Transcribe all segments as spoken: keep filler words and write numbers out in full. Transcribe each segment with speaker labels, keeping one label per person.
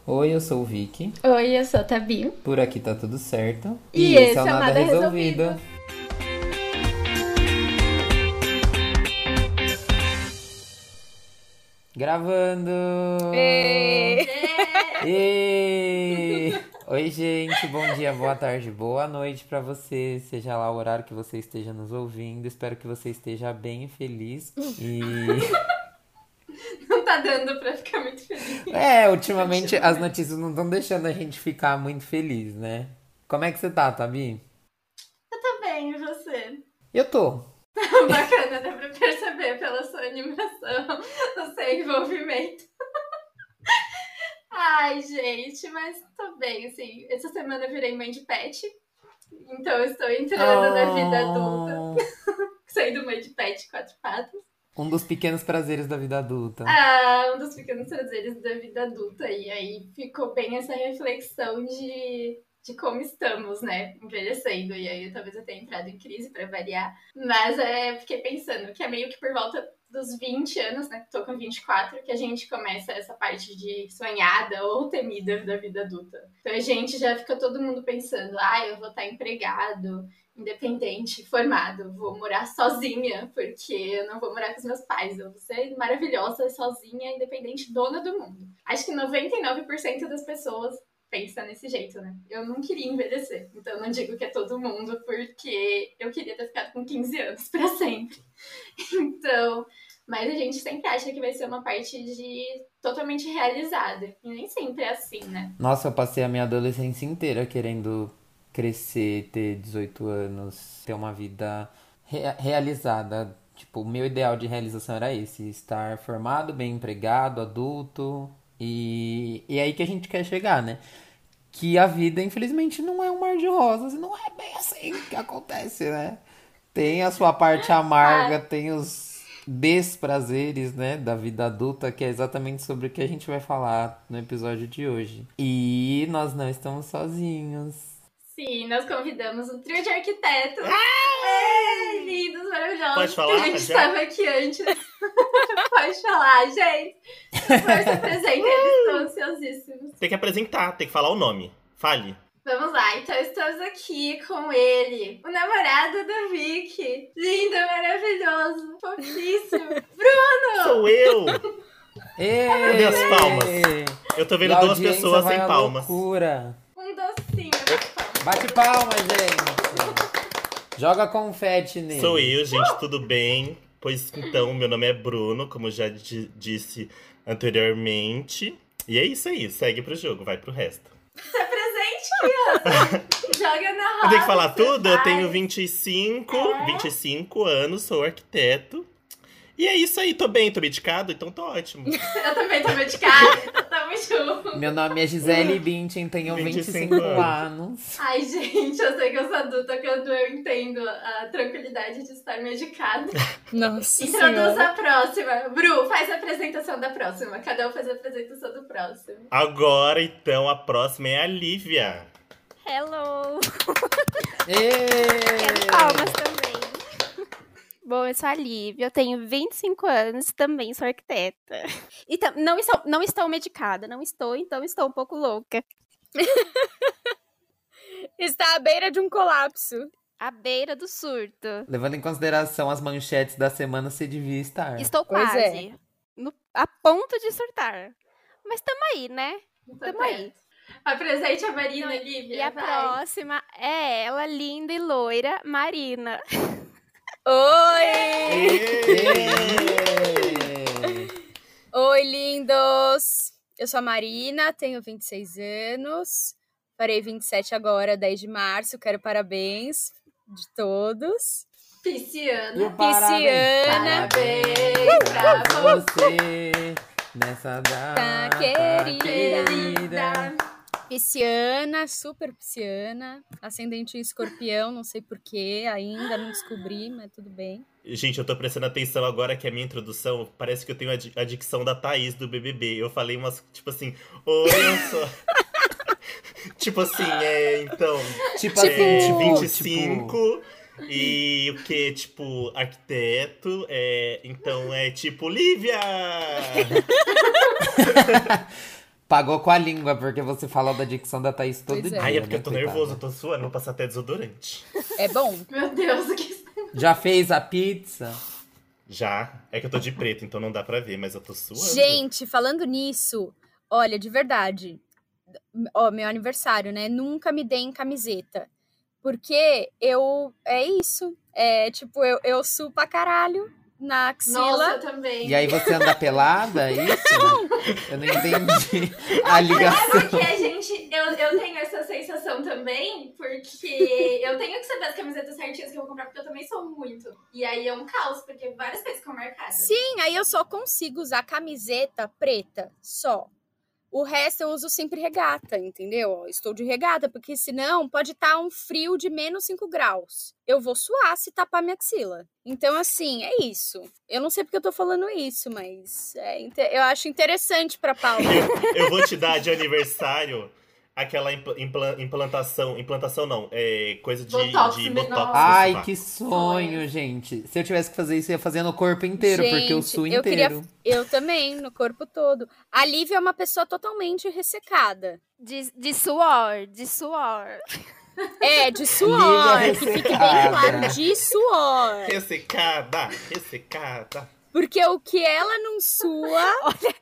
Speaker 1: Oi, eu sou o Vicky.
Speaker 2: Oi, eu sou a Tabi.
Speaker 1: Por aqui tá tudo certo.
Speaker 2: E, e esse é o Nada, Nada Resolvido. Resolvido.
Speaker 1: Gravando!
Speaker 2: Êêêê!
Speaker 1: Êêêê! Oi, gente, bom dia, boa tarde, boa noite pra você, seja lá o horário que você esteja nos ouvindo. Espero que você esteja bem e feliz. E...
Speaker 2: Não tá dando pra ficar muito feliz.
Speaker 1: É, ultimamente as notícias não estão deixando a gente ficar muito feliz, né? Como é que você tá, Tabi?
Speaker 2: Eu tô bem, e você?
Speaker 1: Eu tô.
Speaker 2: Bacana, dá pra perceber pela sua animação, o seu envolvimento. Ai, gente, mas tô bem, assim. Essa semana eu virei mãe de pet, então eu estou entrando oh. na vida adulta, sendo mãe de pet quatro patas.
Speaker 1: Um dos pequenos prazeres da vida adulta.
Speaker 2: Ah, um dos pequenos prazeres da vida adulta. E aí ficou bem essa reflexão de, de como estamos, né? Envelhecendo. E aí talvez eu tenha entrado em crise pra variar. Mas é, fiquei pensando que é meio que por volta dos vinte anos, né? Tô com vinte e quatro, que a gente começa essa parte de sonhada ou temida da vida adulta. Então a gente já fica todo mundo pensando, ah, eu vou estar empregado, independente, formado, vou morar sozinha, porque eu não vou morar com os meus pais, eu vou ser maravilhosa, sozinha, independente, dona do mundo. Acho que noventa e nove por cento das pessoas pensa nesse jeito, né? Eu não queria envelhecer, então eu não digo que é todo mundo, porque eu queria ter ficado com quinze anos pra sempre. Então, mas a gente sempre acha que vai ser uma parte de totalmente realizada, e nem sempre é assim, né?
Speaker 1: Nossa, eu passei a minha adolescência inteira querendo crescer, ter dezoito anos, ter uma vida re- realizada. Tipo, o meu ideal de realização era esse, estar formado, bem empregado, adulto, e, e é aí que a gente quer chegar, né? Que a vida, infelizmente, não é um mar de rosas, e não é bem assim que acontece, né? Tem a sua parte amarga, ah. tem os desprazeres, né, da vida adulta, que é exatamente sobre o que a gente vai falar no episódio de hoje. E nós não estamos sozinhos.
Speaker 2: Sim, nós convidamos um trio de arquitetos. Ei, lindos, maravilhosos.
Speaker 3: Pode falar,
Speaker 2: que a gente estava aqui antes. Pode falar, gente. Por favor, se apresentem, eles estão ansiosíssimos.
Speaker 3: Tem que apresentar, tem que falar o nome. Fale.
Speaker 2: Vamos lá, então estamos aqui com ele, o namorado do Vicky. Lindo, maravilhoso, fofíssimo. Bruno!
Speaker 3: Sou eu!
Speaker 1: Ei,
Speaker 3: Cadê as palmas? Eu tô vendo duas pessoas sem palmas.
Speaker 1: Loucura.
Speaker 2: Um docinho.
Speaker 1: Bate palmas, gente. Joga confete nele.
Speaker 3: Sou eu, gente, tudo bem? Pois então, meu nome é Bruno, como já d- disse anteriormente. E é isso aí, segue pro jogo, vai pro resto.
Speaker 2: Se apresente, criança. Joga na roda.
Speaker 3: Eu tenho que falar tudo?
Speaker 2: Vai.
Speaker 3: Eu tenho vinte e cinco,
Speaker 2: é?
Speaker 3: vinte e cinco anos, sou arquiteto. E é isso aí, tô bem, tô medicado, então tô ótimo.
Speaker 2: Eu também tô medicada, então tamo junto.
Speaker 1: Meu nome é Gisele Bündchen, tenho vinte e cinco anos.
Speaker 2: Ai, gente, eu sei que eu sou adulta quando eu entendo a tranquilidade de estar medicada.
Speaker 4: Nossa
Speaker 2: Introduz
Speaker 4: senhora.
Speaker 2: a próxima. Bru, faz a apresentação da próxima. Cada um faz a apresentação do próximo.
Speaker 3: Agora, então, a próxima é a Lívia.
Speaker 4: Hello!
Speaker 1: Ei!
Speaker 4: Quero palmas também. Bom, eu sou a Lívia, eu tenho vinte e cinco anos, também sou arquiteta. E tam- não, estou, não estou medicada, não estou, então estou um pouco louca. Está à beira de um colapso. À beira do surto.
Speaker 1: Levando em consideração as manchetes da semana, você devia estar.
Speaker 4: Estou
Speaker 5: Pois
Speaker 4: quase.
Speaker 5: é.
Speaker 4: No- a ponto de surtar. Mas tamo aí, né?
Speaker 2: Tá
Speaker 4: Tamo
Speaker 2: perto.
Speaker 4: aí.
Speaker 2: Apresente a Marina, Lívia.
Speaker 4: E a
Speaker 2: vai.
Speaker 4: próxima é ela, linda e loira, Marina.
Speaker 5: Oi!
Speaker 1: Ei!
Speaker 5: Oi, lindos! Eu sou a Marina, tenho vinte e seis anos, farei vinte e sete agora, dez de março, quero parabéns de todos.
Speaker 1: E
Speaker 2: Pisciana.
Speaker 1: o parabéns,
Speaker 2: Parabéns pra
Speaker 1: você nessa data
Speaker 5: Tá, querida.
Speaker 1: querida.
Speaker 5: Pisciana, super pisciana, ascendente em escorpião, não sei porquê, ainda não descobri, mas tudo bem.
Speaker 3: Gente, eu tô prestando atenção agora que a minha introdução parece que eu tenho a di- a dicção da Thaís do B B B. Eu falei umas, tipo assim, oi, eu sou... tipo assim, é, então...
Speaker 1: Tipo
Speaker 3: é,
Speaker 1: assim,
Speaker 3: vinte e
Speaker 1: tipo,
Speaker 3: cinco e o que, tipo, arquiteto, é, então é tipo, Lívia!
Speaker 1: Pagou com a língua, porque você fala da dicção da Thaís todo
Speaker 5: Pois é.
Speaker 1: dia.
Speaker 3: Ai, é porque
Speaker 1: né,
Speaker 3: eu tô
Speaker 1: coitada?
Speaker 3: nervoso, eu tô suando, vou passar até desodorante.
Speaker 5: É bom?
Speaker 2: Meu Deus, o que
Speaker 1: Já fez a pizza?
Speaker 3: Já. É que eu tô de preto, então não dá pra ver, mas eu tô suando.
Speaker 5: Gente, falando nisso, olha, de verdade, ó, meu aniversário, né? Nunca me deem camiseta. Porque eu. É isso. É tipo, eu, eu suo pra caralho na axila.
Speaker 2: Nossa, eu também.
Speaker 1: E aí você anda pelada, é isso? Eu não entendi a
Speaker 2: É
Speaker 1: ligação.
Speaker 2: porque a gente. Eu, eu tenho essa sensação também, porque eu tenho que saber as camisetas certinhas que eu vou comprar, porque eu também sou muito. E aí é um caos, porque várias coisas ficam marcadas.
Speaker 5: Sim, aí eu só consigo usar camiseta preta, só. O resto eu uso sempre regata, entendeu? Estou de regata, porque senão pode estar um frio de menos cinco graus. Eu vou suar se tapar minha axila. Então, assim, é isso. Eu não sei porque eu tô falando isso, mas é, inte- eu acho interessante pra pauta.
Speaker 3: Eu, eu vou te dar de aniversário aquela impla- impla- implantação. Implantação não, é coisa de
Speaker 2: Botox,
Speaker 3: de
Speaker 2: menor.
Speaker 3: botox.
Speaker 1: Ai,
Speaker 3: no
Speaker 1: que
Speaker 3: sovaco.
Speaker 1: sonho, gente. Se eu tivesse que fazer isso, eu ia fazer no corpo inteiro, porque eu
Speaker 5: Gente,
Speaker 1: suo
Speaker 5: eu queria-
Speaker 1: inteiro.
Speaker 5: Eu também, no corpo todo. A Lívia é uma pessoa totalmente ressecada.
Speaker 4: De, de suor, de suor.
Speaker 5: É, de suor,
Speaker 1: Lívia
Speaker 5: que fique bem
Speaker 1: ressecada.
Speaker 5: claro, de suor.
Speaker 3: Ressecada, ressecada.
Speaker 5: Porque o que ela não sua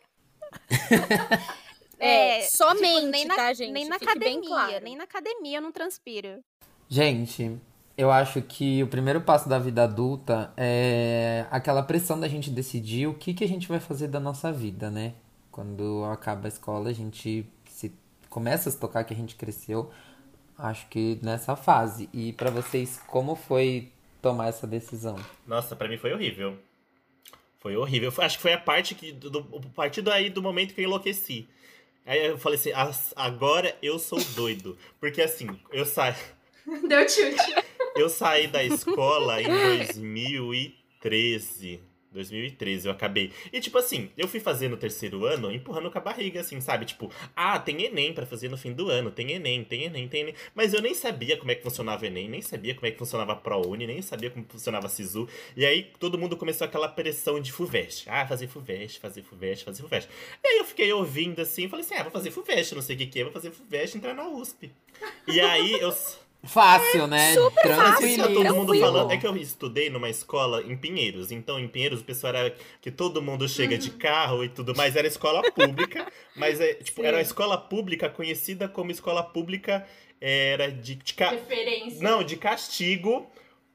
Speaker 5: é, somente,
Speaker 4: tipo, nem na,
Speaker 5: tá, gente?
Speaker 4: Nem na
Speaker 5: Fique bem
Speaker 4: academia,
Speaker 5: claro.
Speaker 4: nem na academia eu não transpiro.
Speaker 1: Gente, eu acho que o primeiro passo da vida adulta é aquela pressão da gente decidir o que, que a gente vai fazer da nossa vida, né? Quando acaba a escola, a gente se começa a se tocar que a gente cresceu, acho que nessa fase. E pra vocês, como foi tomar essa decisão?
Speaker 3: Nossa, pra mim foi horrível. Foi horrível. Foi- Acho que foi a parte que. Do, do- a partir daí do momento que eu enlouqueci. Aí eu falei assim, "As- agora eu sou doido. Porque assim, eu saí.
Speaker 2: Deu chute.
Speaker 3: Eu saí da escola em dois mil e treze. dois mil e treze eu acabei. E tipo assim, eu fui fazer no terceiro ano empurrando com a barriga, assim, sabe? Tipo, ah, tem Enem pra fazer no fim do ano, tem Enem, tem Enem, tem Enem. Mas eu nem sabia como é que funcionava o Enem, nem sabia como é que funcionava a ProUni, nem sabia como funcionava a SISU. E aí todo mundo começou aquela pressão de FUVEST. Ah, fazer FUVEST, fazer FUVEST, fazer FUVEST. E aí eu fiquei ouvindo assim, e falei assim, ah, vou fazer FUVEST, não sei o que que é, vou fazer FUVEST e entrar na U S P. E aí eu...
Speaker 1: Fácil, né?
Speaker 5: super
Speaker 3: Assim,
Speaker 1: Tranquilo.
Speaker 3: tá todo mundo
Speaker 5: tranquilo.
Speaker 3: falando. É que eu estudei numa escola em Pinheiros. Então, em Pinheiros, o pessoal era que todo mundo chega de carro e tudo mais. Era escola pública, mas é, tipo, era uma escola pública conhecida como escola pública. Era de, de ca-
Speaker 2: Referência.
Speaker 3: não, de castigo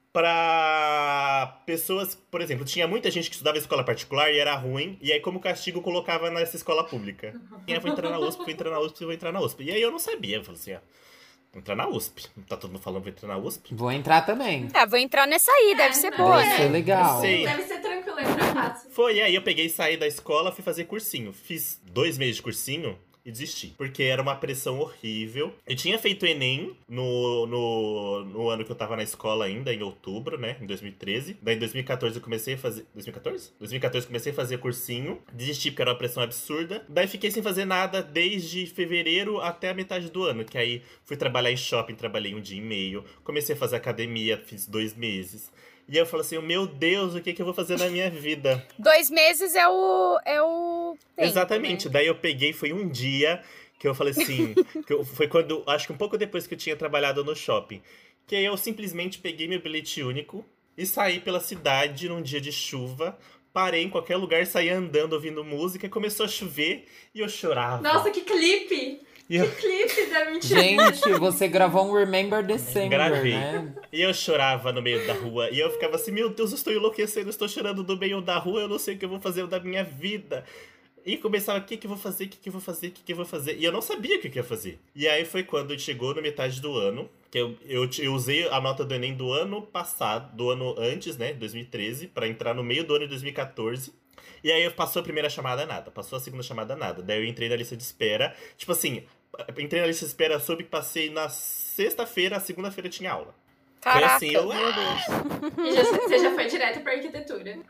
Speaker 3: pra pessoas. Por exemplo, tinha muita gente que estudava em escola particular e era ruim. E aí, como castigo, colocava nessa escola pública. E aí, vou entrar na U S P, vou entrar na U S P, vou entrar na U S P. E aí eu não sabia. Eu falei assim, ó. Vou entrar na U S P. Tá todo mundo falando, vou entrar na U S P.
Speaker 1: Vou entrar também.
Speaker 5: Ah, vou entrar nessa aí, deve ser
Speaker 2: É,
Speaker 5: boa,
Speaker 1: Deve ser
Speaker 5: né?
Speaker 1: legal.
Speaker 3: Eu sei.
Speaker 2: Deve ser tranquilo, entrar fácil.
Speaker 3: Foi, e aí eu peguei, saí da escola, fui fazer cursinho. Fiz dois meses de cursinho e desisti. Porque era uma pressão horrível. Eu tinha feito Enem no, no, no ano que eu tava na escola ainda, em outubro, né? Em dois mil e treze. Daí em dois mil e quatorze eu comecei a fazer... dois mil e quatorze? dois mil e quatorze eu comecei a fazer cursinho. Desisti porque era uma pressão absurda. Daí fiquei sem fazer nada desde fevereiro até a metade do ano. Que aí fui trabalhar em shopping, trabalhei um dia e meio. Comecei a fazer academia, fiz dois meses. E aí eu falei assim, meu Deus, o que, que eu vou fazer na minha vida?
Speaker 5: Dois meses é o, é o tempo,
Speaker 3: Exatamente.
Speaker 5: né?
Speaker 3: Daí eu peguei, foi um dia que eu falei assim, que eu- foi quando, acho que um pouco depois que eu tinha trabalhado no shopping, que aí eu simplesmente peguei meu bilhete único e saí pela cidade num dia de chuva, parei em qualquer lugar, saí andando, ouvindo música, e começou a chover e eu chorava.
Speaker 2: Nossa, que clipe!
Speaker 3: E eu,
Speaker 2: Que clipe da mentira.
Speaker 1: Gente, você gravou um Remember December,
Speaker 3: Gravei.
Speaker 1: né?
Speaker 3: e eu chorava no meio da rua, e eu ficava assim, meu Deus, eu estou enlouquecendo, eu estou chorando no meio da rua, eu não sei o que eu vou fazer da minha vida. E começava, o que que eu vou fazer, o que que eu vou fazer, o que que eu vou fazer. E eu não sabia o que que eu ia fazer. E aí foi quando chegou na metade do ano, que eu, eu, eu usei a nota do Enem do ano passado, do ano antes, né, dois mil e treze, pra entrar no meio do ano de dois mil e quatorze. E aí passou a primeira chamada, nada. Passou a segunda chamada, nada. Daí eu entrei na lista de espera. Tipo assim, entrei na lista de espera, soube que passei na sexta-feira, a segunda-feira tinha aula.
Speaker 5: Caraca,
Speaker 3: Foi assim, eu...
Speaker 5: meu Deus.
Speaker 2: E já- você já foi direto pra arquitetura.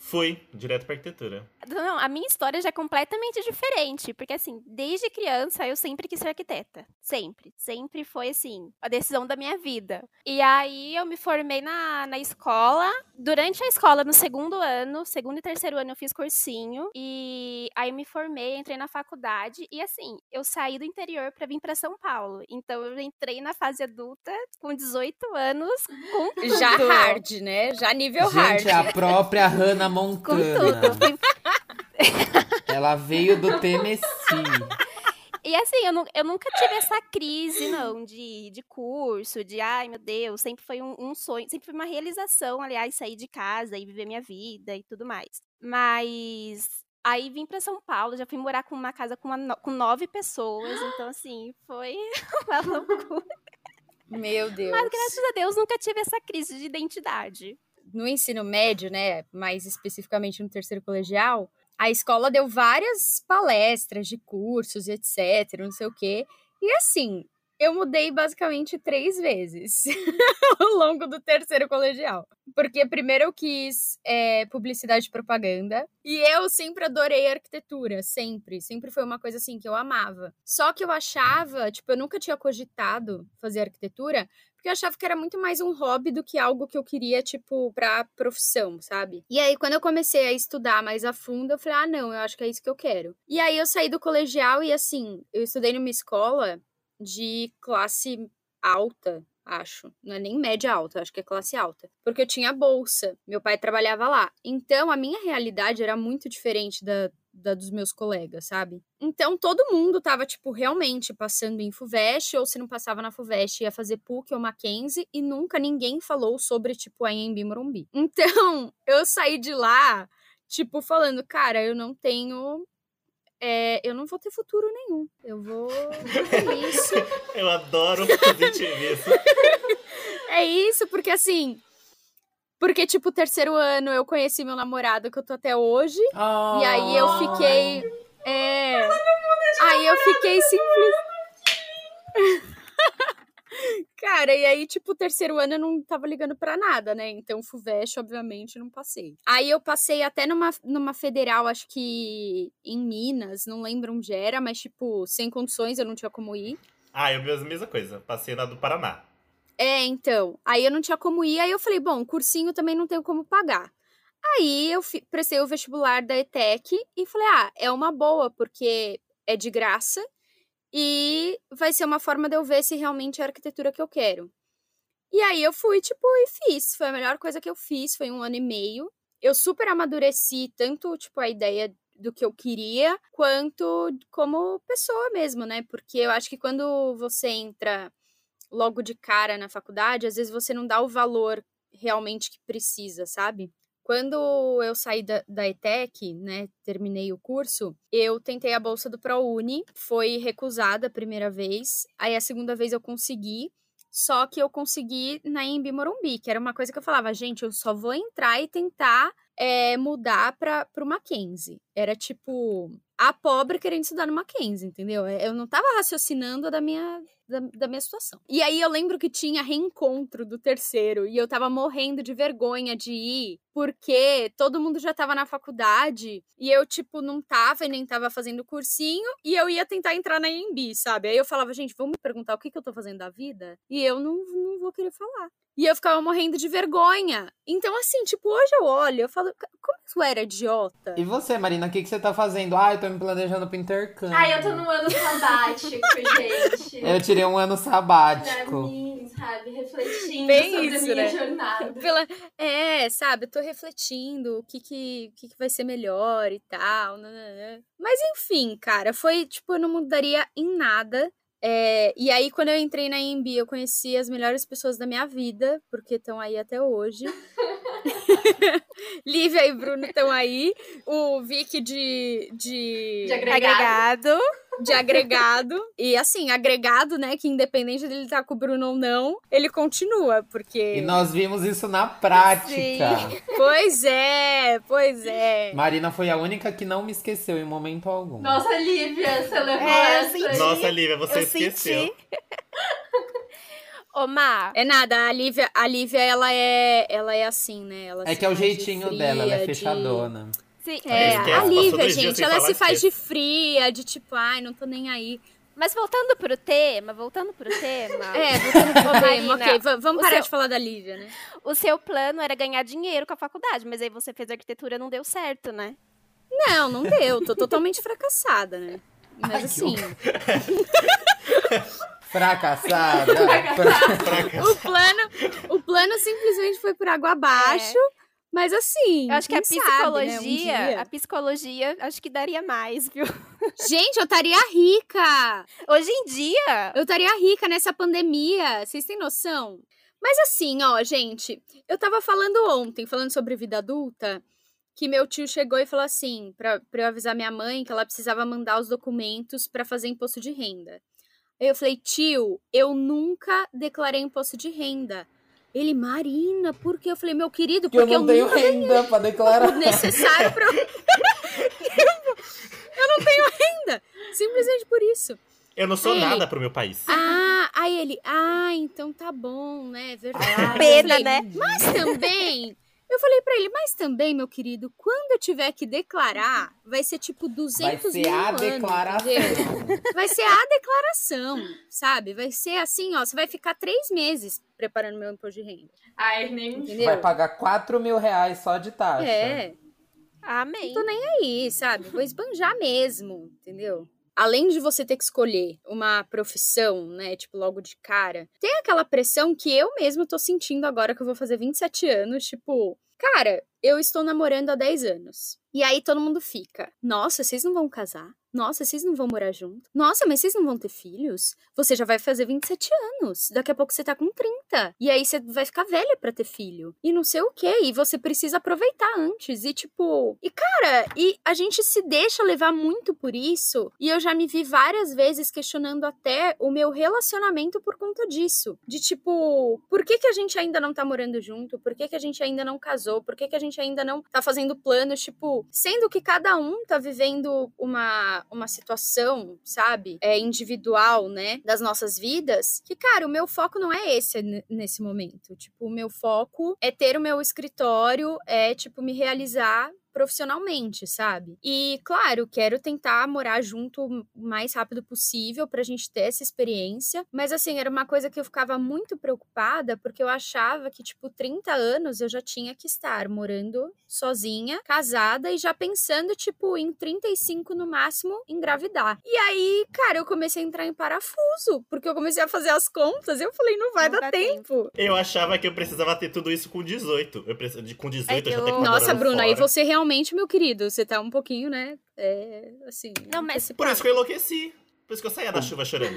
Speaker 3: Fui, direto pra arquitetura.
Speaker 4: Não, a minha história já é completamente diferente, porque assim, desde criança eu sempre quis ser arquiteta, sempre, sempre foi assim, a decisão da minha vida. E aí eu me formei na, na escola, durante a escola, no segundo ano, segundo e terceiro ano eu fiz cursinho, e aí eu me formei, entrei na faculdade, e assim, eu saí do interior pra vir pra São Paulo, então eu entrei na fase adulta com dezoito anos, com tudo.
Speaker 5: Já hard, né? Já nível hard.
Speaker 1: Gente, a própria Hannah
Speaker 4: Com
Speaker 1: Montana.
Speaker 4: tudo.
Speaker 1: Ela veio do Tennessee.
Speaker 4: E assim, eu, nu- eu nunca tive essa crise, não, de, de curso, de ai meu Deus, sempre foi um, um sonho, sempre foi uma realização, aliás, sair de casa e viver minha vida e tudo mais. Mas aí vim pra São Paulo, já fui morar com uma casa com, uma no- com nove pessoas, então assim, foi uma loucura.
Speaker 5: Meu Deus.
Speaker 4: Mas graças a Deus nunca tive essa crise de identidade.
Speaker 5: No ensino médio, né, mais especificamente no terceiro colegial, a escola deu várias palestras de cursos, etc, não sei o quê. E assim, eu mudei basicamente três vezes ao longo do terceiro colegial. Porque primeiro eu quis é, publicidade e propaganda. E eu sempre adorei arquitetura, sempre. Sempre foi uma coisa assim que eu amava. Só que eu achava, tipo, eu nunca tinha cogitado fazer arquitetura, porque eu achava que era muito mais um hobby do que algo que eu queria, tipo, pra profissão, sabe? E aí, quando eu comecei a estudar mais a fundo, eu falei, ah, não, eu acho que é isso que eu quero. E aí, eu saí do colegial e, assim, eu estudei numa escola de classe alta, acho. Não é nem média alta, acho que é classe alta. Porque eu tinha bolsa. Meu pai trabalhava lá. Então, a minha realidade era muito diferente da, da dos meus colegas, sabe? Então, todo mundo tava, tipo, realmente passando em FUVEST, ou se não passava na FUVEST, ia fazer PUC ou Mackenzie, e nunca ninguém falou sobre, tipo, a Anhembi Morumbi. Então, eu saí de lá, tipo, falando, cara, eu não tenho... É, eu não vou ter futuro nenhum. Eu vou... É isso.
Speaker 3: Eu adoro positivismo.
Speaker 5: É isso, porque assim... Porque, tipo, terceiro ano eu conheci meu namorado, que eu tô até hoje.
Speaker 1: Oh.
Speaker 5: E aí eu fiquei... É... Aí eu fiquei simples... Cara, e aí, tipo, o terceiro ano eu não tava ligando pra nada, né? Então, FUVEST, obviamente, não passei. Aí eu passei até numa, numa federal, acho que em Minas, não lembro onde era, mas, tipo, sem condições, eu não tinha como ir.
Speaker 3: Ah, eu fiz a mesma coisa. Passei na do Paraná.
Speaker 5: É, então. Aí eu não tinha como ir, aí eu falei, bom, cursinho também não tenho como pagar. Aí eu fi- prestei o vestibular da ETEC e falei, ah, é uma boa, porque é de graça e vai ser uma forma de eu ver se realmente é a arquitetura que eu quero. E aí eu fui, tipo, e fiz. Foi a melhor coisa que eu fiz, foi um ano e meio. Eu super amadureci tanto, tipo, a ideia do que eu queria, quanto como pessoa mesmo, né? Porque eu acho que quando você entra logo de cara na faculdade, às vezes você não dá o valor realmente que precisa, sabe? Quando eu saí da, da ETEC, né, terminei o curso, eu tentei a bolsa do ProUni, foi recusada a primeira vez, aí a segunda vez eu consegui, só que eu consegui na Anhembi Morumbi, que era uma coisa que eu falava, gente, eu só vou entrar e tentar é, mudar para o Mackenzie. Era tipo, a pobre querendo estudar no Mackenzie, entendeu? Eu não tava raciocinando da minha, da, da minha situação. E aí eu lembro que tinha reencontro do terceiro, e eu tava morrendo de vergonha de ir, porque todo mundo já tava na faculdade, e eu, tipo, não tava e nem tava fazendo cursinho, e eu ia tentar entrar na Anhembi, sabe? Aí eu falava, gente, vamos me perguntar o que, que eu tô fazendo da vida? E eu não, não vou querer falar. E eu ficava morrendo de vergonha. Então, assim, tipo, hoje eu olho, eu falo, como eu era idiota?
Speaker 1: E você, Marina, o que, que você tá fazendo? Ah, eu tô me planejando pro intercâmbio.
Speaker 2: Ai, eu tô no ano sabático, gente.
Speaker 1: Eu tirei um ano
Speaker 2: Pra
Speaker 1: sabático.
Speaker 2: mim, sabe, refletindo
Speaker 5: Bem
Speaker 2: sobre
Speaker 5: isso,
Speaker 2: a minha
Speaker 5: né?
Speaker 2: jornada.
Speaker 5: Pela... É, sabe, eu tô refletindo o que que, o que que vai ser melhor e tal. Nananã. Mas enfim, cara, foi, tipo, eu não mudaria em nada. É, e aí, quando eu entrei na Anhembi, eu conheci as melhores pessoas da minha vida, porque estão aí até hoje. Lívia e Bruno estão aí. O Vic de... De,
Speaker 2: De agregado.
Speaker 4: Agregado.
Speaker 5: de agregado. E assim, agregado, né, que independente dele estar com o Bruno ou não, ele continua, porque...
Speaker 1: E nós vimos isso na prática.
Speaker 5: Pois é, pois é.
Speaker 1: Marina foi a única que não me esqueceu em momento algum.
Speaker 2: Nossa, Lívia, você levou
Speaker 4: É, eu
Speaker 2: essa.
Speaker 4: senti.
Speaker 3: Nossa, Lívia, você
Speaker 4: Eu
Speaker 3: esqueceu.
Speaker 4: senti. Ô, Má,
Speaker 5: É nada, a Lívia, a Lívia ela, é, ela é assim, né? Ela
Speaker 1: É
Speaker 5: se
Speaker 1: que é o
Speaker 5: faz de
Speaker 1: jeitinho
Speaker 5: fria,
Speaker 1: dela, ela é
Speaker 5: de-
Speaker 1: fechadona.
Speaker 4: sim,
Speaker 5: É,
Speaker 3: Esquece,
Speaker 5: a
Speaker 3: passou
Speaker 5: Lívia,
Speaker 3: dois dias
Speaker 5: gente,
Speaker 3: sem
Speaker 5: ela
Speaker 3: falar,
Speaker 5: se faz de
Speaker 3: esquece.
Speaker 5: fria, de tipo, ai, não tô nem aí.
Speaker 4: mas voltando pro tema, voltando pro tema.
Speaker 5: É, voltando pro
Speaker 4: Ô,
Speaker 5: tema,
Speaker 4: Marina,
Speaker 5: ok, v- vamos
Speaker 4: o
Speaker 5: parar
Speaker 4: seu-
Speaker 5: de falar da Lívia, né?
Speaker 4: O seu plano era ganhar dinheiro com a faculdade, mas aí você fez arquitetura e não deu certo, né?
Speaker 5: Não, não deu, tô totalmente fracassada, né? Mas
Speaker 1: Ai, que
Speaker 5: assim,
Speaker 1: Fracassada.
Speaker 3: Fracasso.
Speaker 5: o plano, o plano simplesmente foi por água abaixo, mas assim,
Speaker 4: Eu acho que a
Speaker 5: quem sabe, né, um
Speaker 4: psicologia,
Speaker 5: dia.
Speaker 4: a psicologia, acho que daria mais, viu?
Speaker 5: Gente, eu estaria rica!
Speaker 4: Hoje em dia,
Speaker 5: Eu estaria rica nessa pandemia, vocês têm noção? Mas assim, ó, gente, eu tava falando ontem, falando sobre vida adulta, que meu tio chegou e falou assim, pra, pra eu avisar minha mãe que ela precisava mandar os documentos pra fazer imposto de renda. Aí eu falei, tio, eu nunca declarei imposto de renda. Ele, Marina, por quê? Eu falei, meu querido,
Speaker 1: Que eu
Speaker 5: porque eu,
Speaker 1: não tenho
Speaker 5: nunca
Speaker 1: renda pra
Speaker 5: o
Speaker 1: declarar.
Speaker 5: necessário pra eu... eu não tenho renda. Simplesmente por isso.
Speaker 3: Eu não sou
Speaker 5: Aí ele-
Speaker 3: nada pro meu país.
Speaker 5: Ah, aí ele, ah, então tá bom, né? É verdade.
Speaker 1: Ah,
Speaker 5: Eu
Speaker 4: pena,
Speaker 5: falei,
Speaker 4: né?
Speaker 5: Mas também, eu falei pra ele, mas também, meu querido, quando eu tiver que declarar, vai ser tipo
Speaker 1: Vai
Speaker 5: duzentos
Speaker 1: ser
Speaker 5: mil
Speaker 1: a
Speaker 5: ano,
Speaker 1: declaração.
Speaker 5: entendeu? Vai ser a declaração, sabe? Vai ser assim, ó, você vai ficar três meses preparando meu imposto de renda,
Speaker 2: Ai, nem me
Speaker 5: entendeu?
Speaker 1: Vai pagar quatro mil reais só de taxa.
Speaker 5: É,
Speaker 4: amém.
Speaker 5: tô nem aí, sabe? Vou esbanjar mesmo, entendeu? Além de você ter que escolher uma profissão, né, tipo, logo de cara, tem aquela pressão que eu mesmo tô sentindo agora que eu vou fazer vinte e sete anos, tipo, cara, eu estou namorando há dez anos. E aí todo mundo fica, nossa, vocês não vão casar? Nossa, vocês não vão morar junto? Nossa, mas vocês não vão ter filhos? Você já vai fazer vinte e sete anos. Daqui a pouco você tá com trinta. E aí você vai ficar velha pra ter filho. E não sei o quê. E você precisa aproveitar antes. E tipo... E cara, e a gente se deixa levar muito por isso. E eu já me vi várias vezes questionando até o meu relacionamento por conta disso. De tipo, por que que a gente ainda não tá morando junto? Por que que a gente ainda não casou? Por que que a gente ainda não tá fazendo planos? Tipo, sendo que cada um tá vivendo uma... uma situação, sabe, é individual, né, das nossas vidas, que, cara, o meu foco não é esse n- nesse momento. Tipo, o meu foco é ter o meu escritório, é, tipo, me realizar profissionalmente, sabe? E, claro, quero tentar morar junto o mais rápido possível pra gente ter essa experiência, mas, assim, era uma coisa que eu ficava muito preocupada, porque eu achava que, tipo, trinta anos eu já tinha que estar morando sozinha, casada e já pensando, tipo, em trinta e cinco no máximo, engravidar. E aí, cara, eu comecei a entrar em parafuso, porque eu comecei a fazer as contas e eu falei, não vai
Speaker 4: Não
Speaker 5: dar
Speaker 4: dá
Speaker 5: tempo.
Speaker 3: Eu achava que eu precisava ter tudo isso com dezoito. Eu preciso de com dezoito eu já
Speaker 4: eu-
Speaker 3: tenho que estar
Speaker 5: Nossa,
Speaker 3: morando
Speaker 5: Bruna, aí
Speaker 3: fora.
Speaker 5: você realmente, meu querido, você tá um pouquinho, né? É, assim.
Speaker 4: Não, mas-
Speaker 5: antecipado.
Speaker 3: Por isso que eu enlouqueci. Por isso que eu saía da chuva chorando.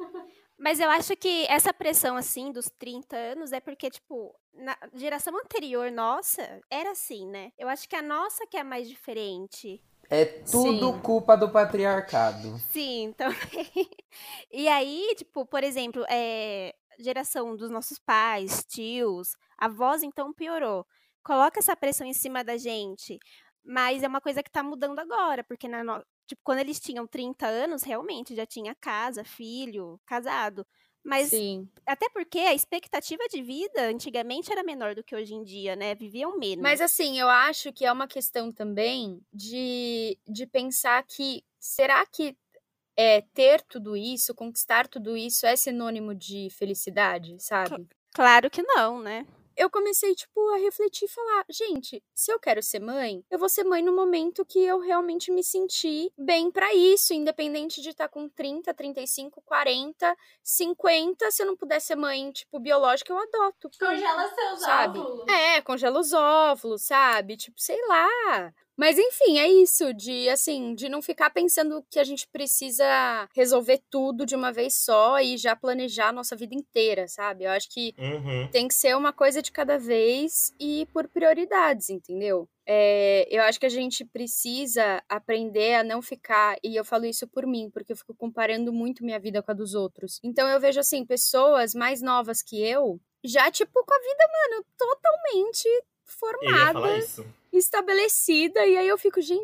Speaker 4: Mas eu acho que essa pressão, assim, dos trinta anos é porque, tipo, na geração anterior nossa, era assim, né? Eu acho que a nossa que é mais diferente.
Speaker 1: É tudo
Speaker 5: Sim.
Speaker 1: culpa do patriarcado.
Speaker 4: Sim, também. E aí, tipo, por exemplo, é, geração dos nossos pais, tios, avós, então piorou. Coloca essa pressão em cima da gente, mas é uma coisa que tá mudando agora, porque na no- tipo, quando eles tinham trinta anos, realmente já tinha casa, filho, casado. Mas
Speaker 5: Sim.
Speaker 4: até porque a expectativa de vida antigamente era menor do que hoje em dia, né? Viviam menos.
Speaker 5: Mas assim, eu acho que é uma questão também de, de pensar que será que é, ter tudo isso, conquistar tudo isso é sinônimo de felicidade, sabe?
Speaker 4: Claro que não, né?
Speaker 5: Eu comecei, tipo, a refletir e falar, gente, se eu quero ser mãe, eu vou ser mãe no momento que eu realmente me sentir bem pra isso, independente de estar com trinta, trinta e cinco, quarenta, cinquenta, se eu não puder ser mãe, tipo, biológica, eu adoto.
Speaker 2: Congela seus
Speaker 5: Sabe?
Speaker 2: óvulos.
Speaker 5: É, congela os óvulos, sabe? Tipo, sei lá. Mas enfim, é isso, de assim, de não ficar pensando que a gente precisa resolver tudo de uma vez só e já planejar a nossa vida inteira, sabe? Eu acho que
Speaker 3: Uhum.
Speaker 5: tem que ser uma coisa de cada vez e por prioridades, entendeu? É, eu acho que a gente precisa aprender a não ficar, e eu falo isso por mim, porque eu fico comparando muito minha vida com a dos outros. Então eu vejo, assim, pessoas mais novas que eu, já, tipo, com a vida, mano, totalmente
Speaker 3: Eu ia falar
Speaker 5: formada,
Speaker 3: isso.
Speaker 5: estabelecida, e aí eu fico, gente,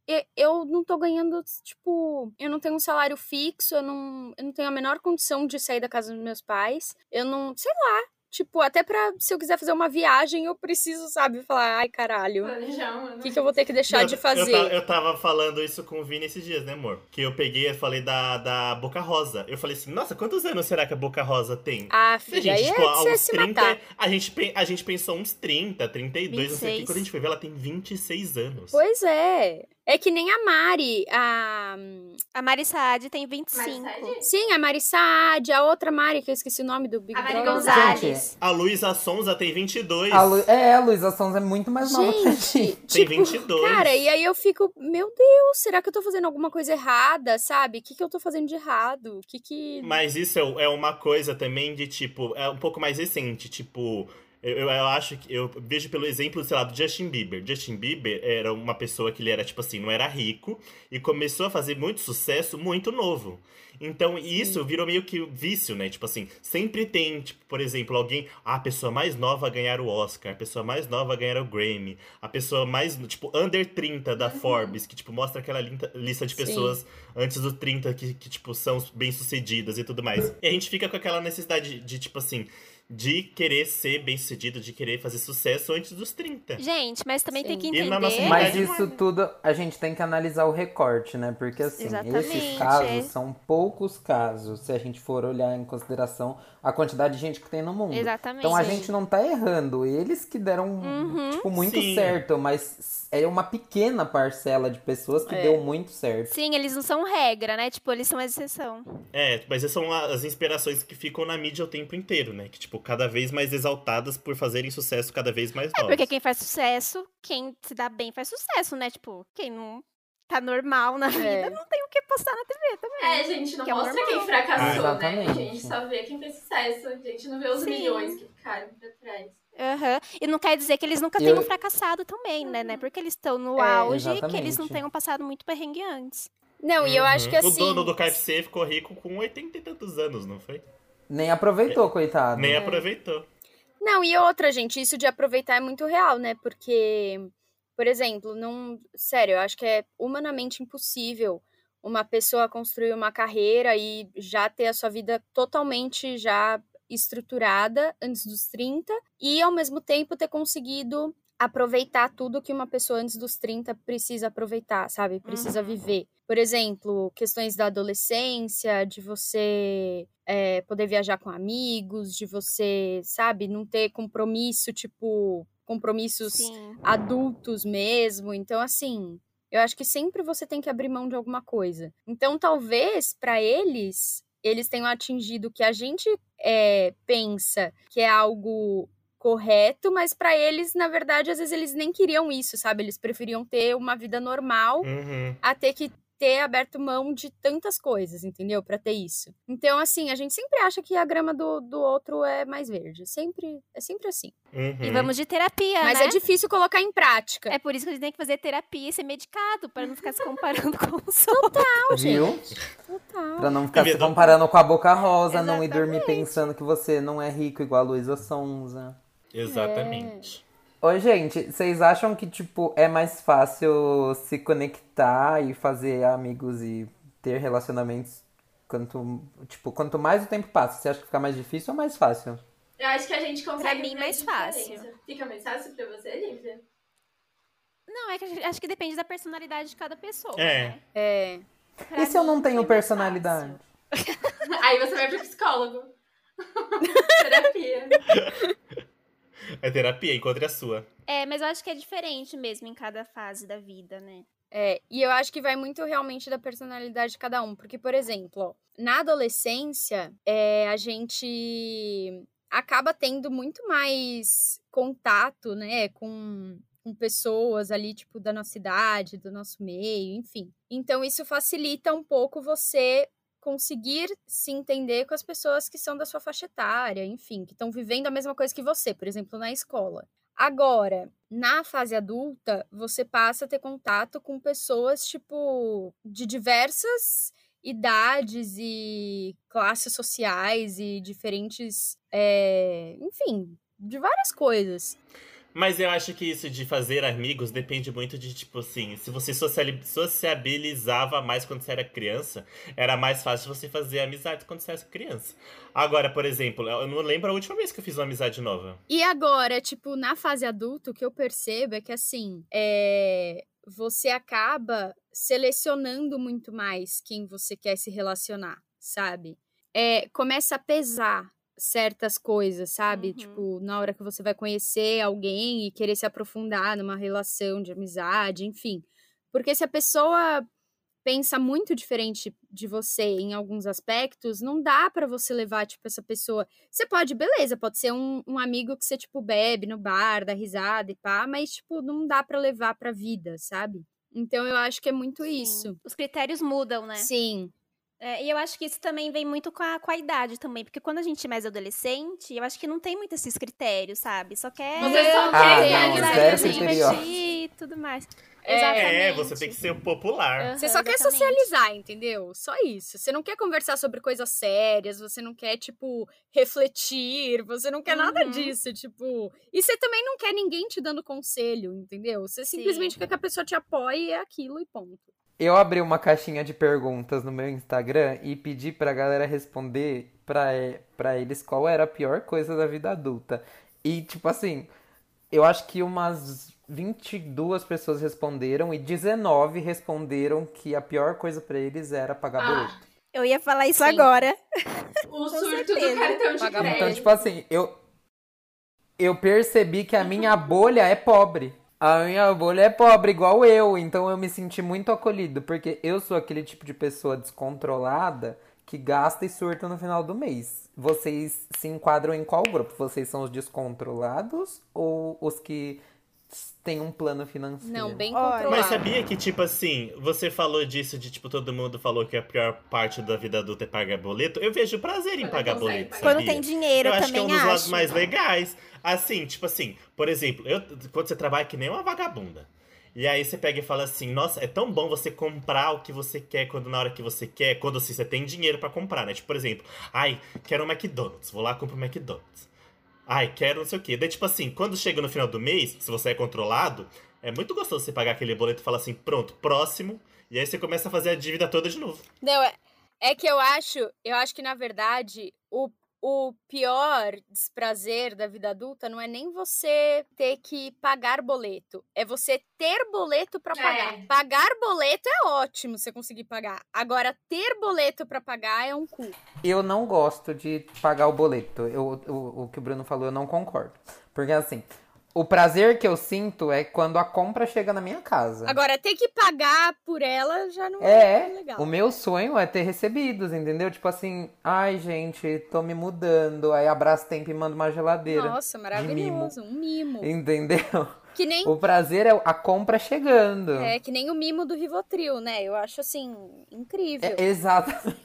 Speaker 5: e- eu não tô ganhando, tipo, eu não tenho um salário fixo, eu não, eu não tenho a menor condição de sair da casa dos meus pais. Eu não, sei lá, tipo, até pra, se eu quiser fazer uma viagem, eu preciso, sabe, falar, ai, caralho,
Speaker 2: Planejar um
Speaker 5: o
Speaker 2: ano.
Speaker 5: que, que eu vou ter que deixar
Speaker 3: Não,
Speaker 5: de
Speaker 3: eu,
Speaker 5: fazer?
Speaker 3: ta- eu tava falando isso com o Vini esses dias, né, amor? Que eu peguei e falei da, da Boca Rosa. Eu falei assim, nossa, quantos anos será que a Boca Rosa tem?
Speaker 5: Ah,
Speaker 3: E a
Speaker 5: filha,
Speaker 3: gente,
Speaker 5: aí
Speaker 3: tipo,
Speaker 5: é de
Speaker 3: há
Speaker 5: você
Speaker 3: uns
Speaker 5: se
Speaker 3: trinta.
Speaker 5: matar.
Speaker 3: A gente, pe- a gente pensou uns trinta, trinta e dois, não sei o que.
Speaker 4: vinte e seis.
Speaker 3: Quando a gente foi ver, ela tem vinte e seis anos.
Speaker 5: Pois é. É que nem a Mari, a...
Speaker 4: A Mari Saad tem vinte e
Speaker 2: Mas
Speaker 4: cinco.
Speaker 2: sai de...
Speaker 5: Sim, a Mari Saad, a outra Mari, que eu esqueci o nome do Big
Speaker 2: A Mari
Speaker 5: Brother.
Speaker 2: Gonzalez.
Speaker 3: A Luísa Sonza tem vinte e dois.
Speaker 1: A Lu... É, a Luísa Sonza é muito mais nova que a gente.
Speaker 5: Gente,
Speaker 3: Tem
Speaker 5: tipo,
Speaker 3: vinte e dois.
Speaker 5: cara, e aí eu fico, meu Deus, será que eu tô fazendo alguma coisa errada, sabe? O que que eu tô fazendo de errado? O que que...
Speaker 3: Mas isso é, é uma coisa também de, tipo, é um pouco mais recente. Tipo, eu, eu, eu acho que eu vejo pelo exemplo, sei lá, do Justin Bieber. Justin Bieber era uma pessoa que ele era, tipo assim, não era rico e começou a fazer muito sucesso muito novo. Então, isso virou meio que vício, né? Tipo assim, sempre tem, tipo, por exemplo, alguém, ah, a pessoa mais nova a ganhar o Oscar, a pessoa mais nova a ganhar o Grammy, a pessoa mais, tipo, under trinta da Forbes, que, tipo, mostra aquela linta- lista de
Speaker 5: Sim.
Speaker 3: pessoas antes do trinta que, que, tipo, são bem-sucedidas e tudo mais. E a gente fica com aquela necessidade de, de, tipo assim, de querer ser bem-sucedido, de querer fazer sucesso antes dos trinta.
Speaker 4: Gente, mas também tem que
Speaker 5: Sim.
Speaker 3: E
Speaker 4: entender...
Speaker 3: na nossa
Speaker 1: Mas
Speaker 3: Verdade.
Speaker 1: isso tudo a gente tem que analisar o recorte, né? Porque assim,
Speaker 4: Exatamente,
Speaker 1: esses
Speaker 4: é.
Speaker 1: casos são poucos casos, se a gente for olhar em consideração a quantidade de gente que tem no mundo.
Speaker 4: Exatamente.
Speaker 1: Então a
Speaker 5: Sim.
Speaker 1: gente não tá errando. Eles que deram,
Speaker 4: Uhum.
Speaker 1: tipo, muito
Speaker 3: Sim.
Speaker 1: certo, mas é uma pequena parcela de pessoas que
Speaker 5: É.
Speaker 1: deu muito certo.
Speaker 4: Sim, eles não são regra, né? Tipo, eles são exceção.
Speaker 3: É, mas essas são a- as inspirações que ficam na mídia o tempo inteiro, né? Que, tipo, cada vez mais exaltadas por fazerem sucesso cada vez mais
Speaker 4: É
Speaker 3: novos.
Speaker 4: porque quem faz sucesso, quem se dá bem faz sucesso, né? Tipo, quem não tá normal na vida
Speaker 5: É.
Speaker 4: não tem o que postar na T V também.
Speaker 2: É, gente, não
Speaker 4: Que é
Speaker 2: mostra
Speaker 4: normal.
Speaker 2: quem fracassou, né?
Speaker 1: Exatamente.
Speaker 2: A gente só vê quem fez sucesso. A gente não vê os
Speaker 4: Sim.
Speaker 2: milhões que ficaram pra trás.
Speaker 4: Aham. E não quer dizer que eles nunca
Speaker 1: Eu-
Speaker 4: tenham fracassado também, né? Não é porque eles estão no
Speaker 5: É,
Speaker 4: auge que eles não
Speaker 1: exatamente.
Speaker 4: tenham passado muito perrengue antes.
Speaker 5: Não, e eu acho que
Speaker 3: Uhum.
Speaker 5: assim...
Speaker 3: O dono do K F C ficou rico com oitenta e tantos anos, não foi?
Speaker 1: Nem aproveitou, coitado.
Speaker 3: Nem
Speaker 5: É.
Speaker 3: aproveitou.
Speaker 5: Não, e outra, gente, isso de aproveitar é muito real, né? Porque, por exemplo, não, sério, eu acho que é humanamente impossível uma pessoa construir uma carreira e já ter a sua vida totalmente já estruturada antes dos trinta e, ao mesmo tempo, ter conseguido aproveitar tudo que uma pessoa antes dos trinta precisa aproveitar, sabe? Precisa
Speaker 4: Uhum.
Speaker 5: viver. Por exemplo, questões da adolescência, de você é, poder viajar com amigos, de você, sabe, não ter compromisso, tipo, compromissos
Speaker 4: Sim.
Speaker 5: adultos mesmo. Então, assim, eu acho que sempre você tem que abrir mão de alguma coisa. Então, talvez, para eles, eles tenham atingido o que a gente é, pensa que é algo correto, mas para eles, na verdade, às vezes eles nem queriam isso, sabe? Eles preferiam ter uma vida normal
Speaker 3: Uhum.
Speaker 5: a ter que ter aberto mão de tantas coisas, entendeu? Pra ter isso. Então, assim, a gente sempre acha que a grama do, do outro é mais verde. Sempre, é sempre assim.
Speaker 3: Uhum.
Speaker 4: E vamos de terapia,
Speaker 5: Mas
Speaker 4: né?
Speaker 5: é difícil colocar em prática.
Speaker 4: É por isso que a gente tem que fazer terapia e ser medicado, para não ficar se comparando com os outros.
Speaker 5: Não,
Speaker 1: Viu?
Speaker 5: gente. Total.
Speaker 1: Pra não ficar se
Speaker 3: Evidente-
Speaker 1: comparando com a Boca Rosa, não ir dormir
Speaker 4: Exatamente.
Speaker 1: pensando que você não é rico igual a Luísa Sonza.
Speaker 3: Exatamente.
Speaker 1: Oi, gente, vocês acham que, tipo, é mais fácil se conectar e fazer amigos e ter relacionamentos quanto, tipo, quanto mais o tempo passa? Você acha que fica mais difícil ou mais fácil?
Speaker 2: Eu acho que a gente consegue
Speaker 4: mim,
Speaker 2: ver
Speaker 4: mais
Speaker 2: diferença.
Speaker 4: fácil.
Speaker 2: Fica mais fácil pra você, Lívia?
Speaker 4: Não, é que a gente- acho que depende da personalidade de cada pessoa,
Speaker 3: É.
Speaker 4: né?
Speaker 5: É.
Speaker 4: Pra
Speaker 1: E se eu
Speaker 4: mim,
Speaker 1: não tenho
Speaker 4: foi mais
Speaker 1: personalidade?
Speaker 4: fácil.
Speaker 2: Aí você vai pro psicólogo. Terapia.
Speaker 3: É terapia, encontre a sua.
Speaker 4: É, mas eu acho que é diferente mesmo em cada fase da vida, né?
Speaker 5: É, e eu acho que vai muito realmente da personalidade de cada um. Porque, por exemplo, ó, na adolescência, é, a gente acaba tendo muito mais contato, né, com, com pessoas ali, tipo, da nossa idade, do nosso meio, enfim. Então, isso facilita um pouco você conseguir se entender com as pessoas que são da sua faixa etária, enfim, que estão vivendo a mesma coisa que você, por exemplo, na escola. Agora, na fase adulta, você passa a ter contato com pessoas, tipo, de diversas idades e classes sociais e diferentes, é, enfim, de várias coisas.
Speaker 3: Mas eu acho que isso de fazer amigos depende muito de, tipo assim, se você sociali- sociabilizava mais quando você era criança, era mais fácil você fazer amizade quando você era criança. Agora, por exemplo, eu não lembro a última vez que eu fiz uma amizade nova.
Speaker 5: E agora, tipo, na fase adulta, o que eu percebo é que, assim, é... você acaba selecionando muito mais quem você quer se relacionar, sabe? É, começa a pesar certas coisas, sabe?
Speaker 4: Uhum.
Speaker 5: Tipo, na hora que você vai conhecer alguém e querer se aprofundar numa relação de amizade, enfim. Porque se a pessoa pensa muito diferente de você em alguns aspectos, não dá pra você levar, tipo, essa pessoa... Você pode, beleza, pode ser um, um amigo que você, tipo, bebe no bar, dá risada e pá, mas, tipo, não dá pra levar pra vida, sabe? Então, eu acho que é muito
Speaker 4: Sim.
Speaker 5: isso.
Speaker 4: Os critérios mudam, né?
Speaker 5: Sim.
Speaker 4: É, e eu acho que isso também vem muito com a, com a idade também, porque quando a gente é mais adolescente, eu acho que não tem muito esses critérios, sabe? Só quer
Speaker 2: Você só
Speaker 5: Não,
Speaker 2: quer
Speaker 1: Ah,
Speaker 2: ter
Speaker 1: não,
Speaker 2: amizade
Speaker 1: zero
Speaker 2: com gente.
Speaker 1: criteriosos.
Speaker 4: divertir e tudo mais.
Speaker 5: É,
Speaker 4: Exatamente.
Speaker 3: É, você tem que ser o popular.
Speaker 4: Aham,
Speaker 5: Você só quer
Speaker 4: exatamente.
Speaker 5: socializar, entendeu? Só isso. Você não quer conversar sobre coisas sérias, você não quer, tipo, refletir, você não quer nada
Speaker 4: Uhum.
Speaker 5: disso, tipo... E você também não quer ninguém te dando conselho, entendeu? Você
Speaker 4: Sim.
Speaker 5: simplesmente quer que a pessoa te apoie e é aquilo e ponto.
Speaker 1: Eu abri uma caixinha de perguntas no meu Instagram e pedi pra galera responder pra, e- pra eles qual era a pior coisa da vida adulta. E, tipo assim, eu acho que umas vinte e duas pessoas responderam e dezenove responderam que a pior coisa pra eles era pagar
Speaker 2: Ah,
Speaker 1: boleto.
Speaker 4: Eu ia falar isso
Speaker 5: Sim.
Speaker 4: agora.
Speaker 2: o
Speaker 4: Com
Speaker 2: surto
Speaker 4: certeza.
Speaker 2: do cartão de
Speaker 5: Pagar
Speaker 2: crédito.
Speaker 1: Então, tipo assim, eu, eu percebi que a minha bolha é pobre. A minha bolha é pobre, igual eu. Então eu me senti muito acolhido. Porque eu sou aquele tipo de pessoa descontrolada que gasta e surta no final do mês. Vocês se enquadram em qual grupo? Vocês são os descontrolados ou os que têm um plano financeiro?
Speaker 5: Não, bem
Speaker 4: Olha.
Speaker 5: controlado.
Speaker 3: Mas sabia que, tipo assim, você falou disso de, tipo, todo mundo falou que a pior parte da vida adulta é pagar boleto. Eu vejo prazer em
Speaker 2: Quando
Speaker 3: pagar
Speaker 2: consegue
Speaker 3: boleto,
Speaker 2: pagar.
Speaker 3: sabia?
Speaker 4: Quando tem dinheiro,
Speaker 3: Eu
Speaker 4: eu
Speaker 3: acho que é
Speaker 4: também
Speaker 3: um dos lados
Speaker 4: acho.
Speaker 3: mais legais. Assim, tipo assim, por exemplo, eu, quando você trabalha que nem uma vagabunda. E aí você pega e fala assim, nossa, é tão bom você comprar o que você quer quando na hora que você quer, quando assim, você tem dinheiro pra comprar, né? Tipo, por exemplo, ai, quero um McDonald's, vou lá e compro um McDonald's. Ai, quero não sei o quê. Daí, tipo assim, quando chega no final do mês, se você é controlado, é muito gostoso você pagar aquele boleto e falar assim, pronto, próximo. E aí você começa a fazer a dívida toda de novo.
Speaker 5: Não, é, é que eu acho, eu acho que, na verdade, o, o pior desprazer da vida adulta não é nem você ter que pagar boleto, é você ter boleto pra
Speaker 2: É.
Speaker 5: pagar. Pagar boleto é ótimo você conseguir pagar. Agora, ter boleto pra pagar é um cu.
Speaker 1: Eu não gosto de pagar o boleto. Eu, o, o que o Bruno falou, eu não concordo. Porque assim, o prazer que eu sinto é quando a compra chega na minha casa.
Speaker 5: Agora, ter que pagar por ela já não é,
Speaker 1: É,
Speaker 5: legal.
Speaker 1: o meu sonho é ter recebidos, entendeu? Tipo assim, ai gente, tô me mudando. Aí abraço tempo e mando uma geladeira.
Speaker 5: Nossa, maravilhoso, um mimo.
Speaker 1: Entendeu?
Speaker 5: Que nem,
Speaker 1: O prazer é a compra chegando.
Speaker 5: é, que nem o mimo do Rivotril, né? Eu acho, assim, incrível.
Speaker 1: É, exatamente.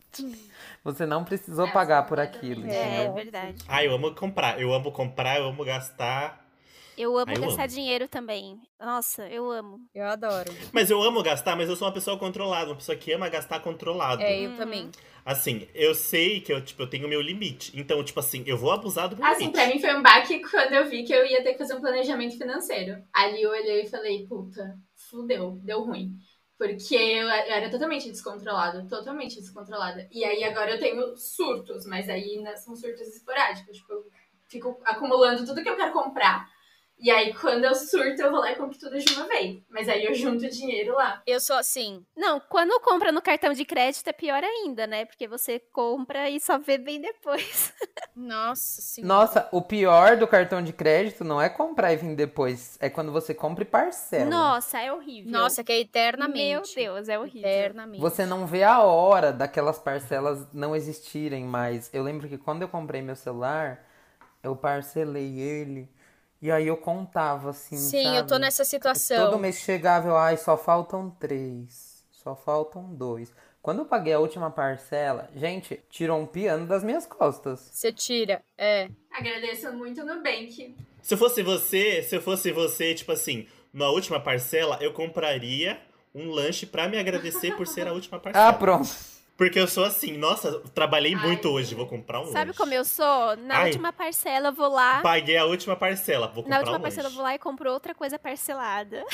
Speaker 1: Você não precisou
Speaker 2: É,
Speaker 1: pagar por
Speaker 2: completamente.
Speaker 1: aquilo,
Speaker 4: É,
Speaker 1: entendeu?
Speaker 4: verdade.
Speaker 3: Ai, eu amo comprar, eu amo comprar, eu amo gastar.
Speaker 4: Eu amo
Speaker 3: Ah, eu
Speaker 4: gastar
Speaker 3: amo.
Speaker 4: dinheiro também. Nossa, eu amo.
Speaker 5: Eu adoro.
Speaker 3: Mas eu amo gastar, mas eu sou uma pessoa controlada, uma pessoa que ama gastar controlado.
Speaker 5: É, eu
Speaker 4: Uhum.
Speaker 5: também.
Speaker 3: Assim, eu sei que eu, tipo, eu tenho o meu limite. Então, tipo assim, eu vou abusar do meu
Speaker 2: Assim,
Speaker 3: limite.
Speaker 2: pra mim foi um baque quando eu vi que eu ia ter que fazer um planejamento financeiro. Ali eu olhei e falei, puta, fudeu, deu ruim. Porque eu era totalmente descontrolada, totalmente descontrolada. E aí agora eu tenho surtos, mas aí né, são surtos esporádicos. Tipo, eu fico acumulando tudo que eu quero comprar. E aí quando eu surto, eu vou lá e compro tudo de uma vez. Mas aí eu junto dinheiro lá.
Speaker 5: Eu sou assim.
Speaker 4: Não, quando compra no cartão de crédito é pior ainda, né? Porque você compra e só vê bem depois.
Speaker 5: Nossa senhora.
Speaker 1: Nossa, o pior do cartão de crédito não é comprar e vir depois. É quando você compra e parcela.
Speaker 4: Nossa, é horrível.
Speaker 5: Nossa, que é eternamente.
Speaker 4: Meu Deus, é horrível.
Speaker 5: Eternamente.
Speaker 1: Você não vê a hora daquelas parcelas não existirem mais. Eu lembro que quando eu comprei meu celular, eu parcelei ele. E aí eu contava assim,
Speaker 5: Sim,
Speaker 1: sabe?
Speaker 5: eu tô nessa situação.
Speaker 1: Todo mês chegava, eu, ai, só faltam três. Só faltam dois. Quando eu paguei a última parcela, gente, tirou um piano das minhas costas.
Speaker 5: Você tira. É.
Speaker 2: Agradeço muito no Nubank.
Speaker 3: Se eu fosse você, se eu fosse você, tipo assim, na última parcela, eu compraria um lanche pra me agradecer por ser a última parcela.
Speaker 1: Ah, pronto.
Speaker 3: Porque eu sou assim, nossa, trabalhei
Speaker 2: Ai,
Speaker 3: muito hoje,
Speaker 2: sim.
Speaker 3: vou comprar um
Speaker 4: Sabe
Speaker 3: lanche.
Speaker 4: como eu sou? Na
Speaker 3: Ai.
Speaker 4: última parcela eu vou lá.
Speaker 3: Paguei a última parcela, vou comprar
Speaker 4: Na última
Speaker 3: um
Speaker 4: parcela eu
Speaker 3: lanche.
Speaker 4: vou lá e compro outra coisa parcelada.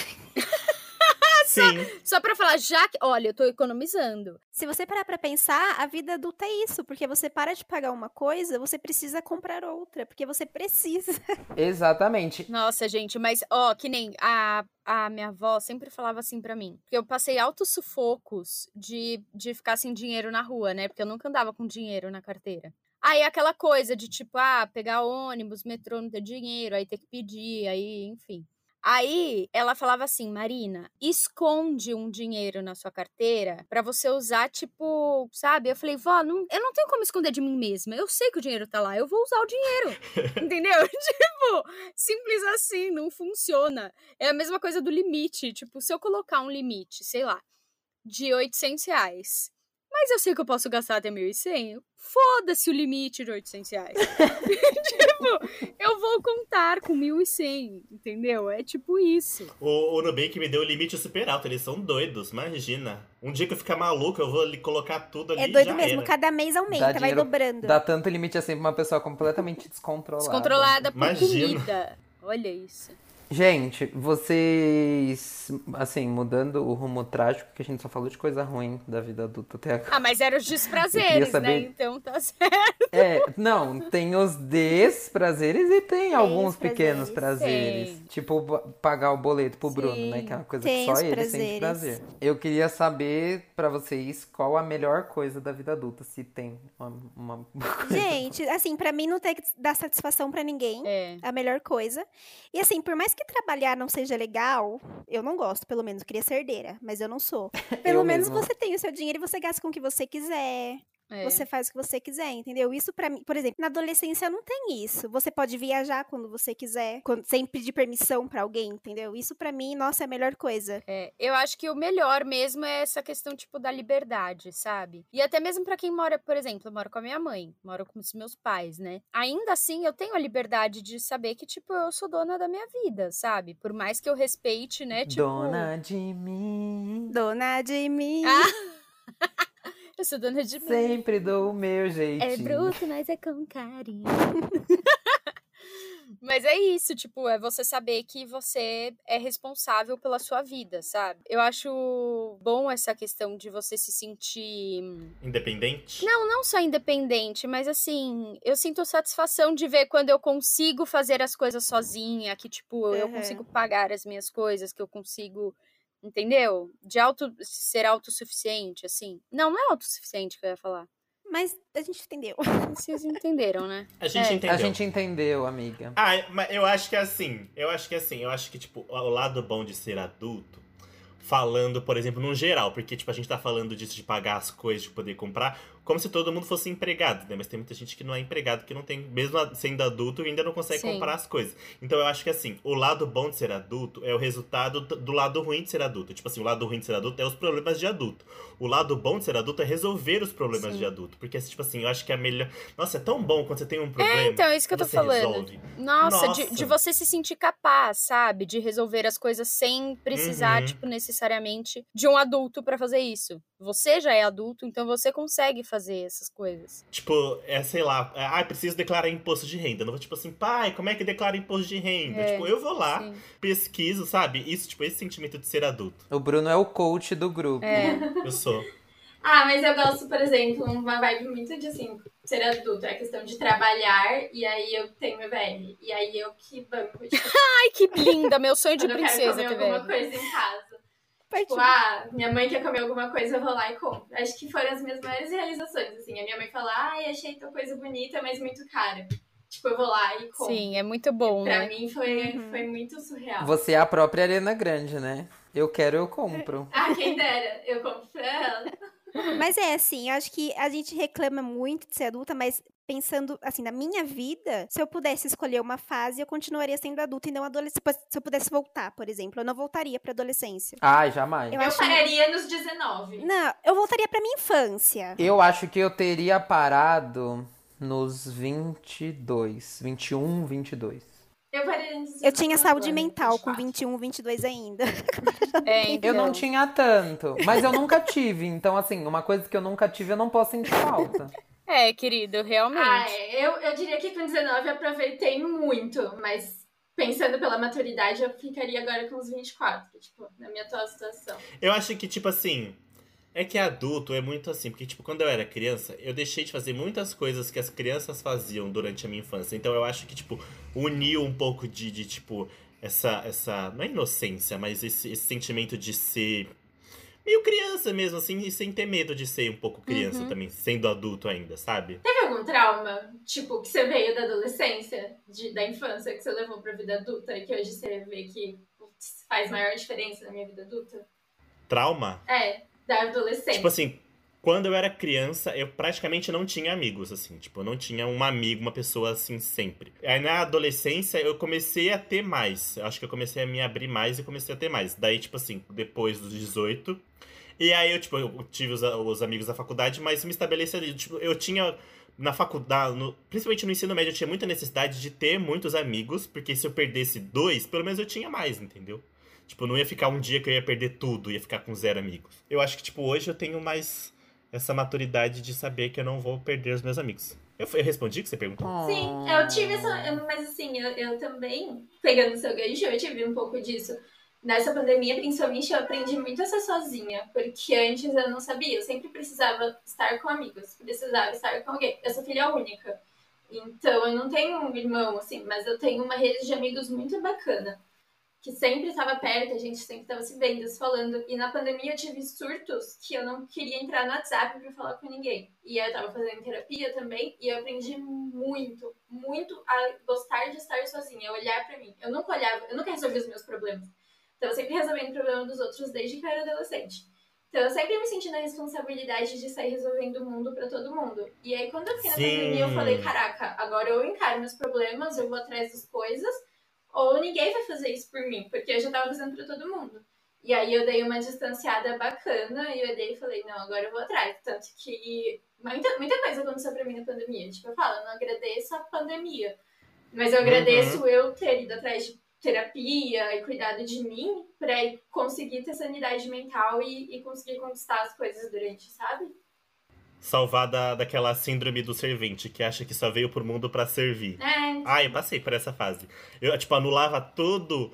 Speaker 3: Sim.
Speaker 5: Só pra falar, já que. Olha, eu tô economizando.
Speaker 4: Se você parar pra pensar, a vida adulta é isso. Porque você para de pagar uma coisa, você precisa comprar outra. Porque você precisa.
Speaker 1: Exatamente.
Speaker 5: Nossa, gente, mas, ó, que nem a, a minha avó sempre falava assim pra mim. Porque eu passei altos sufocos de, de ficar sem dinheiro na rua, né? Porque eu nunca andava com dinheiro na carteira. Aí aquela coisa de tipo, ah, pegar ônibus, metrô, não ter dinheiro, aí ter que pedir, aí, enfim. Aí ela falava assim, Marina, esconde um dinheiro na sua carteira pra você usar, tipo, sabe? Eu falei, vó, não, eu não tenho como esconder de mim mesma. Eu sei que o dinheiro tá lá, eu vou usar o dinheiro. Entendeu? Tipo, simples assim, não funciona. É a mesma coisa do limite. Tipo, se eu colocar um limite, sei lá, de oitocentos reais, mas eu sei que eu posso gastar até mil e cem, foda-se o limite de oitocentos reais. Tipo, eu vou contar com mil e cem, entendeu? É tipo isso.
Speaker 3: O, o Nubank me deu o limite super alto, eles são doidos, imagina. Um dia que eu ficar maluco, eu vou ali colocar tudo ali
Speaker 4: É
Speaker 3: e
Speaker 4: doido
Speaker 3: já
Speaker 4: mesmo.
Speaker 3: era.
Speaker 4: Cada mês aumenta,
Speaker 1: Dá
Speaker 4: vai
Speaker 1: dinheiro-
Speaker 4: dobrando.
Speaker 1: Dá tanto limite assim pra uma pessoa completamente descontrolada.
Speaker 5: Descontrolada por
Speaker 3: Imagina.
Speaker 5: comida. Olha isso.
Speaker 1: Gente, vocês, assim, mudando o rumo trágico, que a gente só falou de coisa ruim da vida adulta até agora.
Speaker 5: Ah, mas eram os
Speaker 1: Eu
Speaker 5: desprazeres,
Speaker 1: queria
Speaker 5: né?
Speaker 1: saber-
Speaker 5: Então tá certo.
Speaker 1: É, não, tem os desprazeres e tem, alguns
Speaker 4: os prazeres.
Speaker 1: pequenos prazeres.
Speaker 5: Tem.
Speaker 1: Tipo, b- pagar o boleto pro Bruno,
Speaker 5: Sim,
Speaker 1: né? Que é uma coisa
Speaker 4: tem
Speaker 1: que só
Speaker 4: os
Speaker 1: ele
Speaker 4: prazeres.
Speaker 1: sente prazer. Eu queria saber pra vocês qual a melhor coisa da vida adulta, se tem uma, uma coisa.
Speaker 4: Gente, assim, pra mim não tem que dar satisfação pra ninguém.
Speaker 5: É.
Speaker 4: A melhor coisa. E assim, por mais que trabalhar não seja legal, eu não gosto, pelo menos. Eu queria ser herdeira, mas eu não sou. Pelo
Speaker 1: Eu
Speaker 4: menos
Speaker 1: mesma.
Speaker 4: você tem o seu dinheiro e você gasta com o que você quiser.
Speaker 5: É.
Speaker 4: Você faz o que você quiser, entendeu? Isso pra mim, por exemplo, na adolescência não tem isso. Você pode viajar quando você quiser, quando- sem pedir permissão pra alguém, entendeu? Isso pra mim, nossa, é a melhor coisa.
Speaker 5: É, eu acho que o melhor mesmo é essa questão, tipo, da liberdade, sabe? E até mesmo pra quem mora, por exemplo, eu moro com a minha mãe, moro com os meus pais, né? Ainda assim, eu tenho a liberdade de saber que, tipo, eu sou dona da minha vida, sabe? Por mais que eu respeite, né, tipo...
Speaker 1: Dona de mim,
Speaker 4: Dona de mim.
Speaker 5: Ah! Eu sou dona de mim.
Speaker 1: sempre dou o meu jeitinho.
Speaker 5: É bruto, mas é com carinho. Mas é isso, tipo, é você saber que você é responsável pela sua vida, sabe? Eu acho bom essa questão de você se sentir...
Speaker 3: Independente?
Speaker 5: Não, não só independente, mas assim, eu sinto satisfação de ver quando eu consigo fazer as coisas sozinha, que, tipo, eu
Speaker 4: Uhum.
Speaker 5: consigo pagar as minhas coisas, que eu consigo... Entendeu? De auto, ser autossuficiente, assim. Não, não é autossuficiente que eu ia falar.
Speaker 4: Mas a gente entendeu.
Speaker 5: Vocês entenderam, né?
Speaker 3: A gente
Speaker 5: É.
Speaker 3: entendeu.
Speaker 1: A gente entendeu, amiga.
Speaker 3: Ah, mas eu acho que é assim, eu acho que é assim, eu acho que, tipo, o lado bom de ser adulto, falando, por exemplo, no geral, porque, tipo, a gente tá falando disso de pagar as coisas, de poder comprar, como se todo mundo fosse empregado, né? Mas tem muita gente que não é empregado, que não tem, mesmo sendo adulto, ainda não consegue
Speaker 5: Sim.
Speaker 3: comprar as coisas. Então eu acho que, assim, o lado bom de ser adulto é o resultado do do lado ruim de ser adulto. Tipo assim, o lado ruim de ser adulto é os problemas de adulto. O lado bom de ser adulto é resolver os problemas
Speaker 5: Sim.
Speaker 3: de adulto. Porque, tipo assim, eu acho que é melhor... Nossa, é tão bom quando você tem um problema.
Speaker 5: É, então, é isso que eu tô
Speaker 3: você
Speaker 5: falando.
Speaker 3: resolve.
Speaker 5: Nossa, De,
Speaker 3: Nossa.
Speaker 5: de você se sentir capaz, sabe? De resolver as coisas sem precisar,
Speaker 3: Uhum.
Speaker 5: tipo, necessariamente de um adulto pra fazer isso. Você já é adulto, então você consegue fazer essas coisas.
Speaker 3: Tipo, é, sei lá, é, ah, preciso declarar imposto de renda. Não vou, tipo assim, pai, como é que declara imposto de renda?
Speaker 5: É,
Speaker 3: tipo, eu vou lá,
Speaker 5: Sim.
Speaker 3: pesquiso, sabe? Isso, tipo, esse sentimento de ser adulto.
Speaker 1: O Bruno é o coach do grupo.
Speaker 5: É.
Speaker 3: Eu sou.
Speaker 2: Ah, mas eu gosto, por exemplo, uma vibe muito de, assim, ser adulto. É a questão de trabalhar, e aí eu tenho V R. E aí eu que banco, tipo,
Speaker 5: Ai, que linda! Meu sonho de
Speaker 2: quando eu quero
Speaker 5: princesa,
Speaker 2: comer
Speaker 5: T V.
Speaker 2: alguma coisa em casa. Tipo,
Speaker 4: Partiu.
Speaker 2: ah, minha mãe quer comer alguma coisa, eu vou lá e compro. Acho que foram as minhas maiores realizações, assim. A minha mãe fala, ai, achei tua coisa bonita, mas muito cara. Tipo, eu vou lá e compro.
Speaker 5: Sim, é muito bom,
Speaker 2: Pra
Speaker 5: né?
Speaker 2: mim foi,
Speaker 4: Uhum.
Speaker 2: foi muito surreal.
Speaker 1: Você é a própria Arena Grande, né? Eu quero, eu compro.
Speaker 2: Ah, quem dera, eu compro pra ela.
Speaker 4: Mas é assim, eu acho que a gente reclama muito de ser adulta, mas pensando, assim, na minha vida, se eu pudesse escolher uma fase, eu continuaria sendo adulta e não adolescente. Se eu pudesse voltar, por exemplo, eu não voltaria pra adolescência.
Speaker 1: Ai, jamais.
Speaker 4: Eu
Speaker 2: Eu,
Speaker 4: acho-
Speaker 2: pararia nos dezenove.
Speaker 4: Não, eu voltaria pra minha infância.
Speaker 1: Eu acho que eu teria parado nos vinte e dois, vinte e um, vinte e dois.
Speaker 2: Eu parei antes
Speaker 4: Eu
Speaker 2: de
Speaker 4: tinha
Speaker 2: falar
Speaker 4: saúde
Speaker 2: agora,
Speaker 4: mental com
Speaker 2: vinte e quatro.
Speaker 4: vinte e um, vinte e dois ainda.
Speaker 5: É,
Speaker 1: Eu não
Speaker 5: então.
Speaker 1: tinha tanto, mas eu nunca tive. Então, assim, uma coisa que eu nunca tive, eu não posso sentir falta.
Speaker 5: É, querido,
Speaker 2: Ah,
Speaker 5: realmente.
Speaker 2: é. Eu, eu diria que com dezenove eu aproveitei muito, mas pensando pela maturidade, eu ficaria agora com os vinte e quatro, tipo, na minha atual situação.
Speaker 3: Eu acho que, tipo assim, é que adulto é muito assim, porque, tipo, quando eu era criança, eu deixei de fazer muitas coisas que as crianças faziam durante a minha infância. Então eu acho que, tipo, uniu um pouco de, de tipo, essa, essa, não é inocência, mas esse, esse sentimento de ser meio criança mesmo, assim, e sem ter medo de ser um pouco criança
Speaker 5: Uhum.
Speaker 3: também, sendo adulto ainda, sabe?
Speaker 2: Teve algum trauma, tipo, que você veio da adolescência, de, da infância, que você levou pra vida adulta e que hoje você vê que putz, faz maior diferença na minha vida adulta?
Speaker 3: Trauma?
Speaker 2: É, da
Speaker 3: Tipo
Speaker 2: adolescência.
Speaker 3: assim, quando eu era criança, eu praticamente não tinha amigos, assim. Tipo, eu não tinha um amigo, uma pessoa assim, sempre. Aí na adolescência, eu comecei a ter mais. Eu acho que eu comecei a me abrir mais e comecei a ter mais. Daí, tipo assim, depois dos dezoito. E aí, eu, tipo, eu tive os, os amigos da faculdade, mas me estabeleci ali. Tipo, eu tinha na faculdade, no- principalmente no ensino médio, eu tinha muita necessidade de ter muitos amigos, porque se eu perdesse dois, pelo menos eu tinha mais, entendeu? Tipo, não ia ficar um dia que eu ia perder tudo, ia ficar com zero amigos. Eu acho que, tipo, hoje eu tenho mais essa maturidade de saber que eu não vou perder os meus amigos. Eu, eu respondi o que você perguntou?
Speaker 2: Sim, eu tive essa. eu- Mas assim, eu, eu também, pegando o seu gancho, eu tive um pouco disso. Nessa pandemia, principalmente, eu aprendi muito a ser sozinha, porque antes eu não sabia, eu sempre precisava estar com amigos, precisava estar com alguém. Eu sou filha única, então eu não tenho um irmão, assim, mas eu tenho uma rede de amigos muito bacana, que sempre estava perto, a gente sempre estava se vendo, se falando. E na pandemia eu tive surtos que eu não queria entrar no WhatsApp para falar com ninguém. E aí eu estava fazendo terapia também e eu aprendi muito, muito a gostar de estar sozinha, a olhar para mim. Eu nunca olhava, eu nunca resolvia os meus problemas. Então eu sempre resolvendo o problema dos outros desde que eu era adolescente. Então eu sempre me senti na responsabilidade de sair resolvendo o mundo para todo mundo. E aí quando eu fiquei na pandemia eu falei,
Speaker 3: Sim.
Speaker 2: caraca, agora eu encaro meus problemas, eu vou atrás das coisas, ou ninguém vai fazer isso por mim, porque eu já tava fazendo pra todo mundo. E aí eu dei uma distanciada bacana e eu dei e falei, não, agora eu vou atrás. Tanto que muita, muita coisa aconteceu pra mim na pandemia. Tipo, eu falo, eu não agradeço a pandemia, mas eu
Speaker 3: Uhum.
Speaker 2: agradeço eu ter ido atrás de terapia e cuidado de mim pra conseguir ter sanidade mental e, e conseguir conquistar as coisas durante, sabe?
Speaker 3: Salvar da, daquela síndrome do servente, que acha que só veio pro mundo pra servir.
Speaker 2: É,
Speaker 3: Ah, eu passei por essa fase. Eu, tipo, anulava todo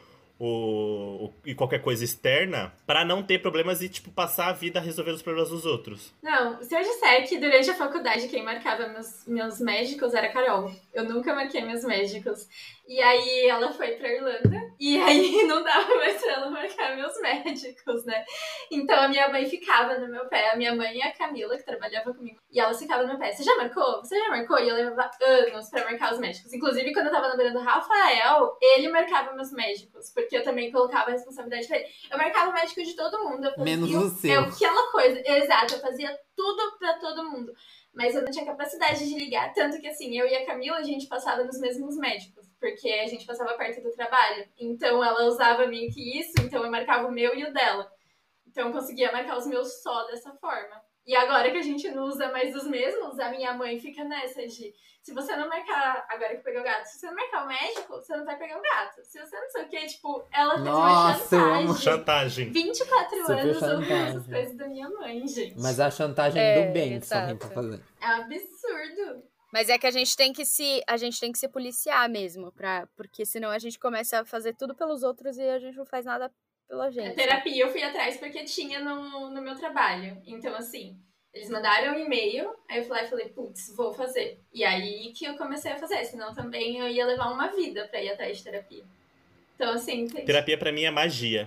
Speaker 3: o, o- e qualquer coisa externa pra não ter problemas e, tipo, passar a vida a resolver os problemas dos outros.
Speaker 2: não, se eu disser que durante a faculdade quem marcava meus, meus médicos era a Carol. Eu nunca marquei meus médicos. E aí ela foi pra Irlanda e aí não dava mais pra ela marcar meus médicos, né? Então a minha mãe ficava no meu pé, a minha mãe e a Camila, que trabalhava comigo, e ela ficava no meu pé. Você já marcou? Você já marcou? E eu levava anos pra marcar os médicos. Inclusive, quando eu tava namorando o Rafael, ele marcava meus médicos, porque eu também colocava a responsabilidade pra ele. Eu marcava o médico de todo mundo, eu fazia
Speaker 1: Menos o
Speaker 2: é
Speaker 1: seu.
Speaker 2: aquela coisa, exato, eu fazia tudo pra todo mundo. Mas eu não tinha capacidade de ligar, tanto que assim, eu e a Camila, a gente passava nos mesmos médicos, porque a gente passava perto do trabalho. Então ela usava meio que isso, então eu marcava o meu e o dela. Então eu conseguia marcar os meus só dessa forma. E agora que a gente não usa mais os mesmos, a minha mãe fica nessa de se você não marcar, agora que pegou o gato, se você não marcar o médico, você não vai pegar o gato. Se você não sei o que, tipo, ela fez uma
Speaker 1: Nossa, eu amo.
Speaker 2: chantagem.
Speaker 3: Chantagem.
Speaker 2: vinte e quatro
Speaker 1: Super
Speaker 2: anos ouvindo essas
Speaker 1: chantagem.
Speaker 2: coisas da minha mãe, gente.
Speaker 1: Mas a chantagem
Speaker 5: É,
Speaker 1: do bem que só vem pra
Speaker 5: exato.
Speaker 1: fazer.
Speaker 2: É absurdo.
Speaker 5: Mas é que a gente tem que se, a gente tem que se policiar mesmo, pra, porque senão a gente começa a fazer tudo pelos outros e a gente não faz nada pela
Speaker 2: A
Speaker 5: gente.
Speaker 2: terapia eu fui atrás porque tinha no, no meu trabalho. Então, assim, eles mandaram um e-mail, aí eu fui lá e falei, putz, vou fazer. E aí que eu comecei a fazer, senão também eu ia levar uma vida pra ir atrás de terapia. Então, assim, tem...
Speaker 3: Terapia pra mim é magia.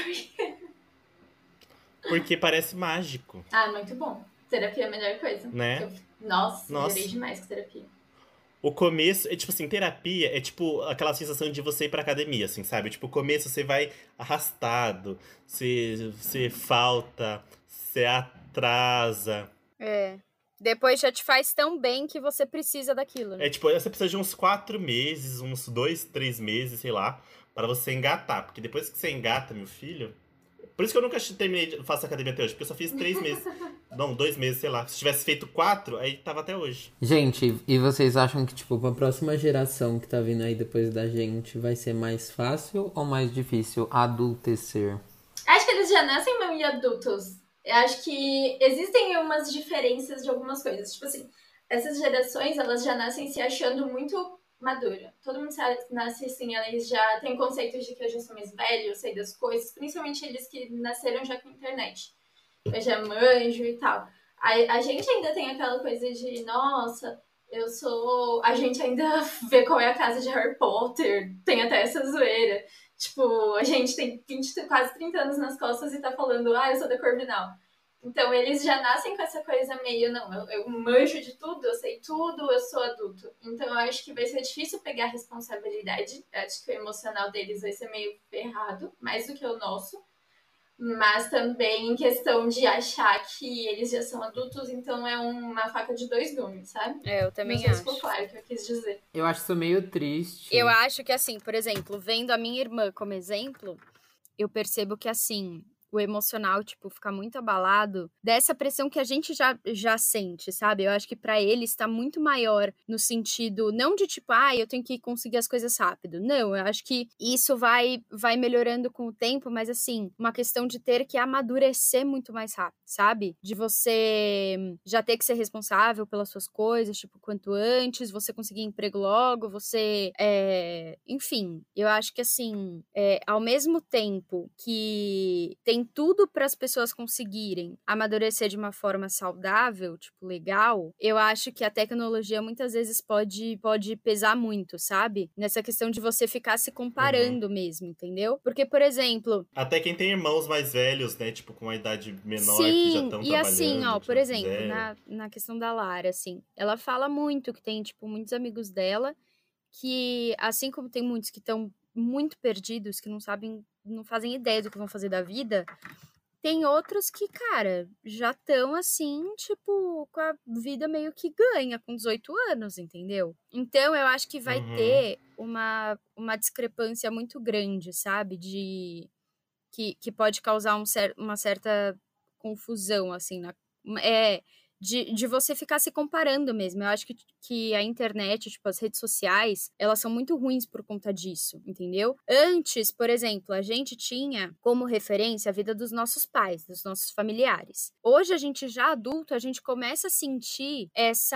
Speaker 3: Porque parece mágico,
Speaker 2: Ah, muito bom. Terapia é a melhor coisa.
Speaker 3: né?
Speaker 2: Eu... Nossa,
Speaker 3: Nossa.
Speaker 2: melhorei demais com terapia.
Speaker 3: O começo, é tipo assim, terapia é tipo aquela sensação de você ir pra academia, assim, sabe? Tipo, o começo você vai arrastado, você, você falta, você atrasa.
Speaker 5: É. Depois já te faz tão bem que você precisa daquilo, né?
Speaker 3: É tipo, você precisa de uns quatro meses, uns dois, três meses, sei lá, pra você engatar. Porque depois que você engata, meu filho, Por isso que eu nunca terminei, faço academia até hoje, porque eu só fiz três meses. Não, dois meses, sei lá. Se tivesse feito quatro, aí tava até hoje.
Speaker 1: Gente, e vocês acham que, tipo, pra próxima geração que tá vindo aí depois da gente, vai ser mais fácil ou mais difícil adultecer?
Speaker 2: Acho que eles já nascem meio adultos. Eu acho que existem umas diferenças de algumas coisas. Tipo assim, essas gerações, elas já nascem se achando muito madura. Todo mundo nasce assim, eles já têm conceitos de que eu já sou mais velho, eu sei das coisas. Principalmente eles que nasceram já com internet. Eu já manjo e tal. A, a gente ainda tem aquela coisa de, nossa, eu sou... A gente ainda vê qual é a casa de Harry Potter, tem até essa zoeira. Tipo, a gente tem vinte, quase trinta anos nas costas e tá falando, ah, eu sou da Corvinal. Então, eles já nascem com essa coisa meio, não, eu, eu manjo de tudo, eu sei tudo, eu sou adulto. Então, eu acho que vai ser difícil pegar a responsabilidade. Eu acho que o emocional deles vai ser meio ferrado, mais do que o nosso. Mas também em questão de achar que eles já são adultos, então é uma faca de dois gumes, sabe?
Speaker 5: É, eu também
Speaker 2: Não sei
Speaker 5: acho.
Speaker 2: se ficou claro o que eu quis dizer.
Speaker 1: Eu acho isso meio triste.
Speaker 5: Eu acho que, assim, por exemplo, vendo a minha irmã como exemplo, eu percebo que, assim, o emocional, tipo, fica muito abalado dessa pressão que a gente já, já sente, sabe? Eu acho que pra eles tá muito maior no sentido, não de tipo, ah, eu tenho que conseguir as coisas rápido. Não, eu acho que isso vai, vai melhorando com o tempo, mas assim, uma questão de ter que amadurecer muito mais rápido, sabe? De você já ter que ser responsável pelas suas coisas, tipo, quanto antes, você conseguir emprego logo, você, é... enfim, eu acho que assim, é, ao mesmo tempo que tem tudo para as pessoas conseguirem amadurecer de uma forma saudável, tipo, legal, eu acho que a tecnologia muitas vezes pode, pode pesar muito, sabe? Nessa questão de você ficar se comparando uhum. mesmo, entendeu? Porque, por exemplo...
Speaker 3: Até quem tem irmãos mais velhos, né? Tipo, com uma idade menor,
Speaker 5: sim,
Speaker 3: que já estão trabalhando.
Speaker 5: E assim, ó, por exemplo, na, na questão da Lara, assim, ela fala muito que tem, tipo, muitos amigos dela que, assim como tem muitos que estão muito perdidos, que não sabem, não fazem ideia do que vão fazer da vida, tem outros que, cara, já estão assim, tipo, com a vida meio que ganha com dezoito anos, entendeu? Então, eu acho que vai uhum. ter uma, uma discrepância muito grande, sabe? De... Que, que pode causar um cer- uma certa confusão, assim, na, é... De, de você ficar se comparando mesmo. Eu acho que, que a internet, tipo, as redes sociais, elas são muito ruins por conta disso, entendeu? Antes, por exemplo, a gente tinha como referência a vida dos nossos pais, dos nossos familiares. Hoje, a gente já adulto, a gente começa a sentir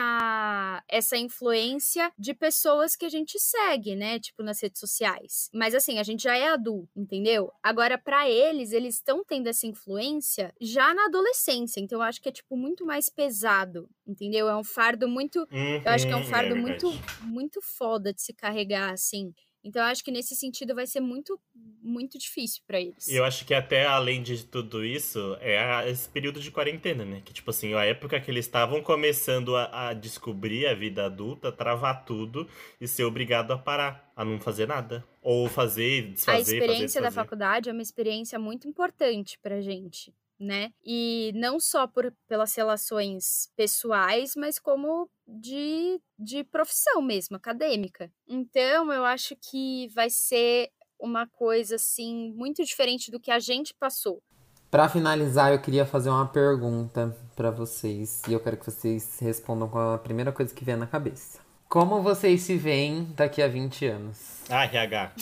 Speaker 5: essa, essa influência de pessoas que a gente segue, né? Tipo, nas redes sociais. Mas, assim, a gente já é adulto, entendeu? Agora, pra eles, eles estão tendo essa influência já na adolescência. Então, eu acho que é, tipo, muito mais pesado pesado, entendeu? É um fardo muito... Uhum, eu acho que é um fardo é muito, muito foda de se carregar, assim. Então, eu acho que nesse sentido vai ser muito, muito difícil pra eles.
Speaker 3: E eu acho que até além de tudo isso, é esse período de quarentena, né? Que, tipo assim, a época que eles estavam começando a, a descobrir a vida adulta, travar tudo e ser obrigado a parar, a não fazer nada. Ou fazer, desfazer,
Speaker 5: a experiência
Speaker 3: fazer,
Speaker 5: da faculdade é uma experiência muito importante pra gente, né? E não só por, pelas relações pessoais, mas como de, de profissão mesmo, acadêmica. Então, eu acho que vai ser uma coisa, assim, muito diferente do que a gente passou.
Speaker 1: Pra finalizar, eu queria fazer uma pergunta pra vocês. E eu quero que vocês respondam com a primeira coisa que vier na cabeça. Como vocês se veem daqui a vinte anos?
Speaker 3: Ah, R H.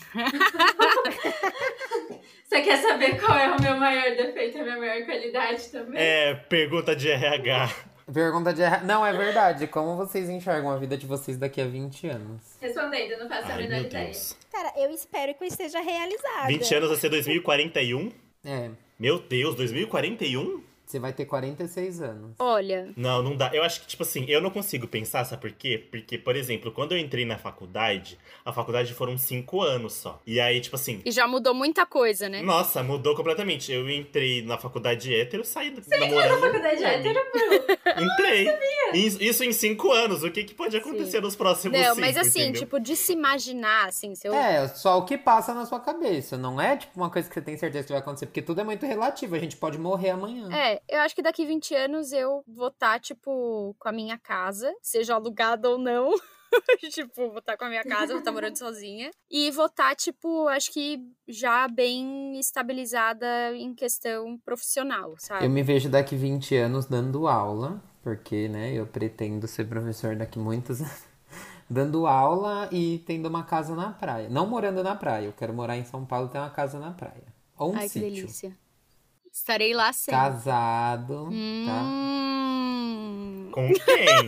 Speaker 2: Você quer saber qual é o meu maior defeito e a minha maior qualidade também?
Speaker 3: É, pergunta de R H.
Speaker 1: Pergunta de R H. Não, é verdade. Como vocês enxergam a vida de vocês daqui a vinte anos?
Speaker 2: Respondendo, não faço a menor ideia.
Speaker 4: Cara, eu espero que eu esteja realizada.
Speaker 3: vinte anos vai ser dois mil e quarenta e um?
Speaker 1: É.
Speaker 3: Meu Deus, dois mil e quarenta e um?
Speaker 1: Você vai ter quarenta e seis anos.
Speaker 5: Olha...
Speaker 3: Não, não dá. Eu acho que, tipo assim, eu não consigo pensar, sabe por quê? Porque, por exemplo, quando eu entrei na faculdade, a faculdade foram cinco anos só. E aí, tipo assim...
Speaker 5: E já mudou muita coisa, né?
Speaker 3: Nossa, mudou completamente. Eu entrei na faculdade hétero, saí
Speaker 2: Você
Speaker 3: namorando...
Speaker 2: Você entrou na faculdade hétero, Bru?
Speaker 3: Entrei. Isso em cinco anos. O que, que pode acontecer Sim. nos próximos
Speaker 5: não,
Speaker 3: cinco,
Speaker 5: mas assim,
Speaker 3: entendeu?
Speaker 5: tipo, de se imaginar, assim... Se eu...
Speaker 1: É, só o que passa na sua cabeça. Não é, tipo, uma coisa que você tem certeza que vai acontecer. Porque tudo é muito relativo. A gente pode morrer amanhã.
Speaker 5: É, eu acho que daqui vinte anos eu vou estar, tipo, com a minha casa, seja alugada ou não. Tipo, vou estar com a minha casa, vou estar morando sozinha. E vou estar, tipo, acho que já bem estabilizada em questão profissional, sabe?
Speaker 1: Eu me vejo daqui vinte anos dando aula, porque, né, eu pretendo ser professor daqui muitos anos. Dando aula e tendo uma casa na praia. Não morando na praia, eu quero morar em São Paulo e ter uma casa na praia. Ou um
Speaker 5: Ai, que
Speaker 1: sítio.
Speaker 5: delícia. Estarei lá sempre.
Speaker 1: Casado, tá?
Speaker 5: Hum...
Speaker 3: Com quem?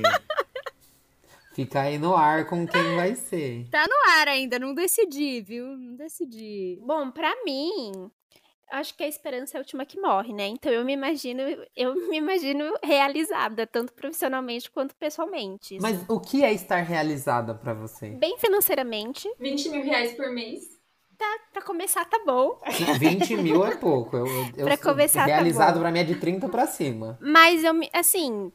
Speaker 1: Fica aí no ar com quem vai ser.
Speaker 5: Tá no ar ainda, não decidi, viu? Não decidi.
Speaker 4: Bom, pra mim, acho que a esperança é a última que morre, né? Então eu me imagino, eu me imagino realizada, tanto profissionalmente quanto pessoalmente.
Speaker 1: Mas o que é estar realizada pra você?
Speaker 4: Bem financeiramente,
Speaker 2: vinte mil reais por mês.
Speaker 4: pra começar tá bom.
Speaker 1: vinte mil é pouco. Eu, eu,
Speaker 4: Pra
Speaker 1: eu sou-
Speaker 4: começar, tá
Speaker 1: realizado
Speaker 4: bom.
Speaker 1: pra mim é de trinta pra cima.
Speaker 4: Mas eu, me- assim,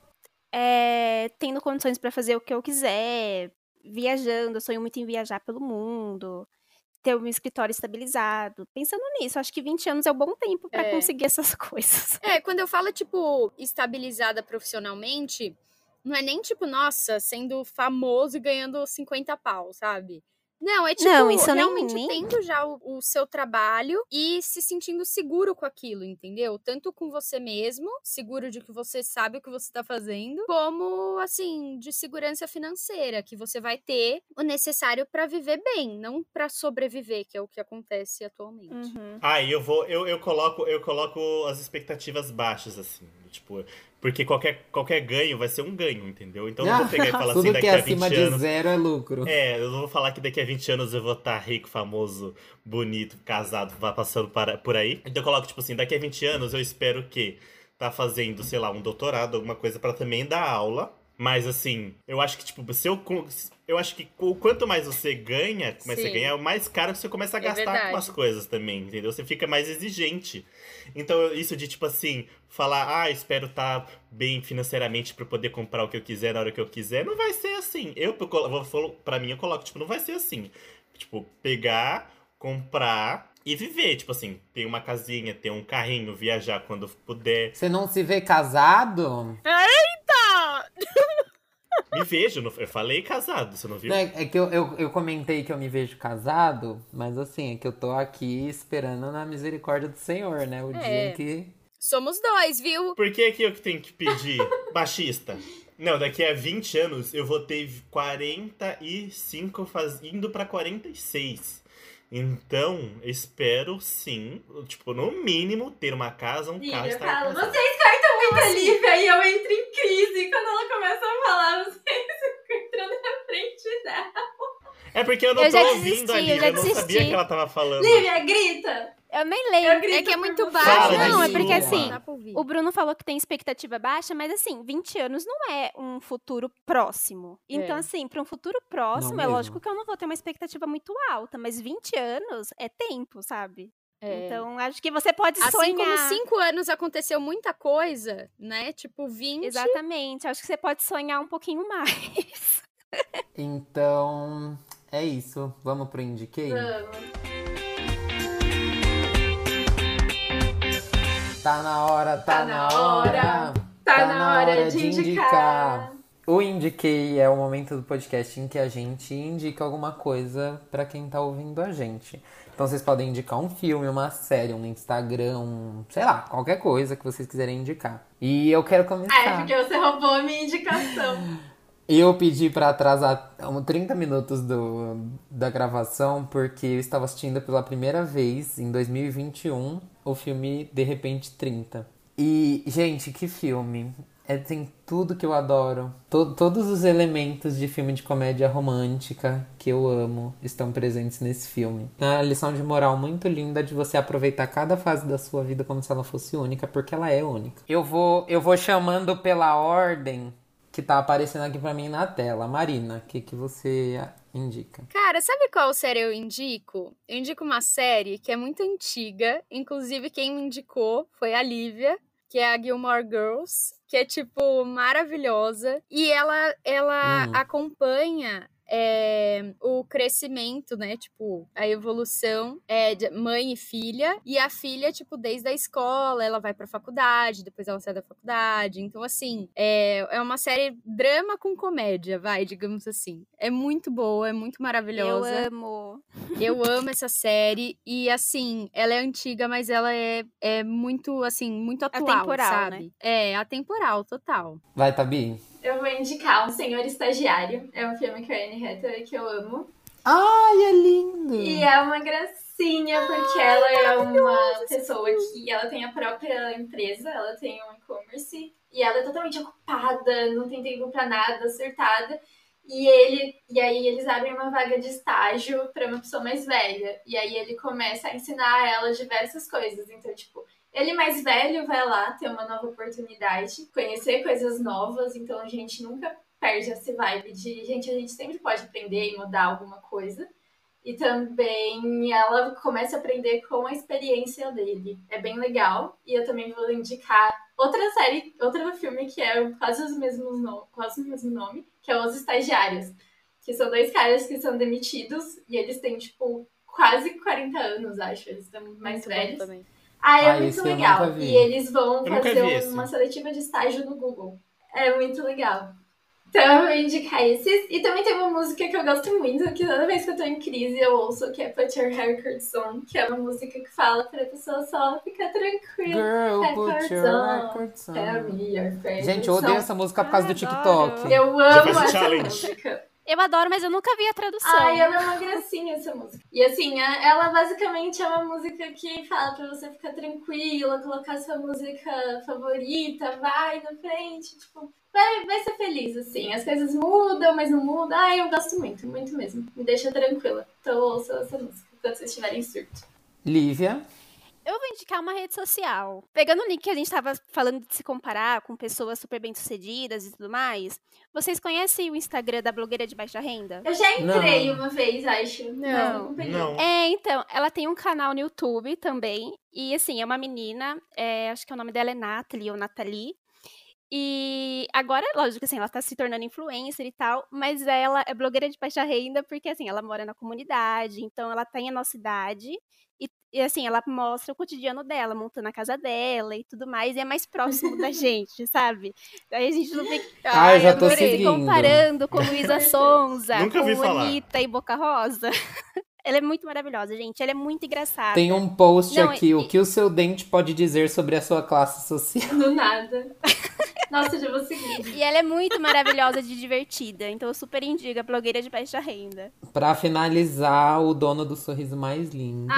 Speaker 4: é, tendo condições pra fazer o que eu quiser, viajando, eu sonho muito em viajar pelo mundo, ter um escritório estabilizado. Pensando nisso, acho que vinte anos é um bom tempo pra
Speaker 5: É.
Speaker 4: conseguir essas coisas.
Speaker 5: É, quando eu falo, tipo, estabilizada profissionalmente, não é nem, tipo, nossa, sendo famoso e ganhando cinquenta pau, sabe? Não, é tipo,
Speaker 4: Não, isso eu nem-
Speaker 5: realmente
Speaker 4: nem-
Speaker 5: tendo já o, o seu trabalho e se sentindo seguro com aquilo, entendeu? Tanto com você mesmo, seguro de que você sabe o que você tá fazendo, como, assim, de segurança financeira, que você vai ter o necessário pra viver bem, não pra sobreviver, que é o que acontece atualmente.
Speaker 4: Uhum.
Speaker 3: Aí eu vou, eu, eu coloco, eu coloco as expectativas baixas, assim. Tipo, porque qualquer, qualquer ganho vai ser um ganho, entendeu? Então eu não vou pegar e falar
Speaker 1: Tudo
Speaker 3: assim,
Speaker 1: que
Speaker 3: daqui
Speaker 1: é
Speaker 3: a
Speaker 1: acima
Speaker 3: vinte
Speaker 1: de
Speaker 3: anos.
Speaker 1: zero é lucro.
Speaker 3: É, eu não vou falar que daqui a vinte anos eu vou estar rico, famoso, bonito, casado, vá passando para, por aí. Então eu coloco, tipo assim, daqui a vinte anos eu espero que tá fazendo, sei lá, um doutorado, alguma coisa pra também dar aula. Mas assim, eu acho que, tipo, se eu. con- Eu acho que o quanto mais você ganha, começa a
Speaker 5: Sim.
Speaker 3: ganhar, o mais caro você começa a
Speaker 5: É
Speaker 3: gastar
Speaker 5: verdade.
Speaker 3: com as coisas também, entendeu? Você fica mais exigente. Então, isso de, tipo assim, falar, ah, espero estar bem financeiramente pra poder comprar o que eu quiser na hora que eu quiser, não vai ser assim. Eu, eu colo- vou falar- pra mim, eu coloco, tipo, não vai ser assim. Tipo, pegar, comprar e viver. Tipo assim, ter uma casinha, ter um carrinho, viajar quando puder.
Speaker 1: Você não se vê casado?
Speaker 5: Eita!
Speaker 3: Me vejo, não- eu falei casado, você não viu?
Speaker 1: Não, é é que eu, eu, eu comentei que eu me vejo casado, mas assim, é que eu tô aqui esperando na misericórdia do Senhor, né? O
Speaker 5: É.
Speaker 1: dia em que.
Speaker 5: Somos dois, viu?
Speaker 3: Por que que eu que tenho que pedir? Baixista. Não, daqui a vinte anos eu vou ter quarenta e cinco, faz... indo pra quarenta e seis. Então, espero sim, tipo, no mínimo, ter uma casa, um carro e
Speaker 2: Lívia,
Speaker 3: estar
Speaker 2: fala,
Speaker 3: casado.
Speaker 2: vocês cortam muito a Lívia e eu entro em crise. Quando ela começa a falar, vocês ficam entrando na frente dela.
Speaker 3: É porque eu não
Speaker 4: Eu
Speaker 3: tô
Speaker 4: já
Speaker 3: ouvindo
Speaker 4: desisti,
Speaker 3: a
Speaker 4: eu
Speaker 3: Lívia,
Speaker 4: já
Speaker 3: eu não sabia
Speaker 4: desisti.
Speaker 3: que ela tava falando.
Speaker 2: Lívia, grita!
Speaker 4: Eu nem
Speaker 2: Eu
Speaker 4: leio.
Speaker 2: grito
Speaker 5: É que é
Speaker 2: por
Speaker 5: muito
Speaker 2: você.
Speaker 5: baixo.
Speaker 3: Fala,
Speaker 4: Não, é
Speaker 3: desculpa.
Speaker 4: porque assim,
Speaker 5: Não dá pra ouvir.
Speaker 4: o Bruno falou que tem expectativa baixa, mas assim, vinte anos não é um futuro próximo. Então,
Speaker 5: É.
Speaker 4: assim, para um futuro próximo,
Speaker 1: Não
Speaker 4: é
Speaker 1: mesmo.
Speaker 4: lógico que eu não vou ter uma expectativa muito alta, mas vinte anos é tempo, sabe?
Speaker 5: É.
Speaker 4: Então, acho que você pode
Speaker 5: Assim
Speaker 4: sonhar.
Speaker 5: como cinco anos aconteceu muita coisa, né? Tipo, vinte.
Speaker 4: Exatamente, acho que você pode sonhar um pouquinho mais.
Speaker 1: Então, é isso. Vamos pro Indiquei?
Speaker 2: Vamos.
Speaker 1: Tá na hora, tá,
Speaker 2: Tá
Speaker 1: na
Speaker 2: na
Speaker 1: hora.
Speaker 2: hora. Tá na hora de indicar.
Speaker 1: O Indiquei é o momento do podcast em que a gente indica alguma coisa pra quem tá ouvindo a gente. Então vocês podem indicar um filme, uma série, um Instagram, um, sei lá, qualquer coisa que vocês quiserem indicar. E eu quero começar.
Speaker 2: Ah, é porque você roubou a minha indicação.
Speaker 1: Eu pedi pra atrasar um, trinta minutos do, da gravação porque eu estava assistindo pela primeira vez em dois mil e vinte e um o filme De Repente trinta. E, gente, que filme! É, tem tudo que eu adoro. To- todos os elementos de filme de comédia romântica que eu amo estão presentes nesse filme. É uma lição de moral muito linda de você aproveitar cada fase da sua vida como se ela fosse única, porque ela é única. Eu vou, eu vou chamando pela ordem que tá aparecendo aqui pra mim na tela. Marina, o que, que você indica?
Speaker 5: Cara, sabe qual série eu indico? Eu indico uma série que é muito antiga. Inclusive, quem me indicou foi a Lívia, que é a Gilmore Girls, que é, tipo, maravilhosa. E ela, ela
Speaker 1: Hum.
Speaker 5: acompanha é, o crescimento, né? Tipo, a evolução é de mãe e filha. E a filha, tipo, desde a escola, ela vai pra faculdade, depois ela sai da faculdade. Então, assim, é, é uma série drama com comédia, vai, digamos assim. É muito boa, é muito maravilhosa.
Speaker 4: Eu amo.
Speaker 5: Eu amo essa série. E, assim, ela é antiga, mas ela é, é muito, assim, muito atual,
Speaker 4: Atemporal,
Speaker 5: sabe?
Speaker 4: né?
Speaker 5: É, atemporal, total.
Speaker 1: Vai, Tabi.
Speaker 2: Eu vou indicar Um Senhor Estagiário. É um filme com a Anne Hathaway que eu amo.
Speaker 1: Ai, é lindo!
Speaker 2: E é uma gracinha, porque ela é uma pessoa que ela tem a própria empresa, ela tem um e-commerce, e ela é totalmente ocupada, não tem tempo pra nada, surtada. E ele e aí eles abrem uma vaga de estágio para uma pessoa mais velha. E aí ele começa a ensinar ela diversas coisas. Então, tipo, ele mais velho vai lá ter uma nova oportunidade, conhecer coisas novas. Então a gente nunca perde essa vibe de, gente, a gente sempre pode aprender e mudar alguma coisa. E também ela começa a aprender com a experiência dele. É bem legal. E eu também vou indicar outra série, outro filme que é quase, os mesmos no... quase o mesmo nome, que é Os Estagiários. Que são dois caras que são demitidos e eles têm, tipo, quase quarenta anos, acho. Eles estão mais
Speaker 5: Muito
Speaker 2: velhos.
Speaker 5: bom também.
Speaker 2: Ah, é
Speaker 1: Ah,
Speaker 2: muito
Speaker 1: esse eu
Speaker 2: legal.
Speaker 1: nunca vi.
Speaker 2: E eles vão
Speaker 3: Eu nunca
Speaker 2: fazer
Speaker 3: vi esse.
Speaker 2: uma seletiva de estágio no Google. É muito legal. Então eu vou indicar esses. E também tem uma música que eu gosto muito, que toda vez que eu tô em crise eu ouço, que é Put Your Records On, que é uma música que fala pra pessoa só ficar tranquila.
Speaker 1: Girl, put your records on.
Speaker 2: Tell me your favorite
Speaker 1: Gente, eu odeio
Speaker 2: song.
Speaker 1: essa música por causa do
Speaker 4: Ai,
Speaker 1: TikTok.
Speaker 4: adoro.
Speaker 2: Eu
Speaker 3: Já
Speaker 2: amo
Speaker 3: faz o
Speaker 2: essa
Speaker 3: challenge.
Speaker 2: música.
Speaker 4: Eu adoro, mas eu nunca vi a tradução.
Speaker 2: Ai, ela é uma gracinha, essa música. E assim, a- ela basicamente é uma música que fala pra você ficar tranquila, colocar sua música favorita, vai na frente, tipo, vai, vai ser feliz, assim. As coisas mudam, mas não mudam. Ai, eu gosto muito, muito mesmo. Me deixa tranquila. Então ouça essa música quando vocês estiverem em surto.
Speaker 1: Lívia.
Speaker 4: Eu vou indicar uma rede social. Pegando o link que a gente tava falando de se comparar com pessoas super bem-sucedidas e tudo mais, vocês conhecem o Instagram da blogueira de baixa renda?
Speaker 2: Eu já entrei
Speaker 1: Não.
Speaker 2: uma vez, acho. Mas
Speaker 5: Não.
Speaker 2: não peguei.
Speaker 3: Não.
Speaker 4: É, então, ela tem um canal no YouTube também. E, assim, é uma menina, é, acho que o nome dela é Nathalie ou Nathalie. E agora, lógico, assim, ela tá se tornando influencer e tal, mas ela é blogueira de baixa renda porque, assim, ela mora na comunidade, então ela tem a nossa idade. E, e, assim, ela mostra o cotidiano dela, montando a casa dela e tudo mais, e é mais próximo da gente, sabe? Aí a gente não fica
Speaker 1: Ah, eu já tô
Speaker 4: adorei,
Speaker 1: seguindo.
Speaker 4: comparando com Luísa Sonza,
Speaker 3: Nunca
Speaker 4: com
Speaker 3: ouvi falar.
Speaker 4: Anitta e Boca Rosa. Ela é muito maravilhosa, gente. Ela é muito engraçada.
Speaker 1: Tem um post
Speaker 4: Não,
Speaker 1: aqui,
Speaker 4: e-
Speaker 1: o que o seu dente pode dizer sobre a sua classe social.
Speaker 2: Do nada. Nossa, já vou seguir.
Speaker 4: E ela é muito maravilhosa de divertida. Então eu super indico a blogueira de baixa renda.
Speaker 1: Pra finalizar, o dono do sorriso mais lindo.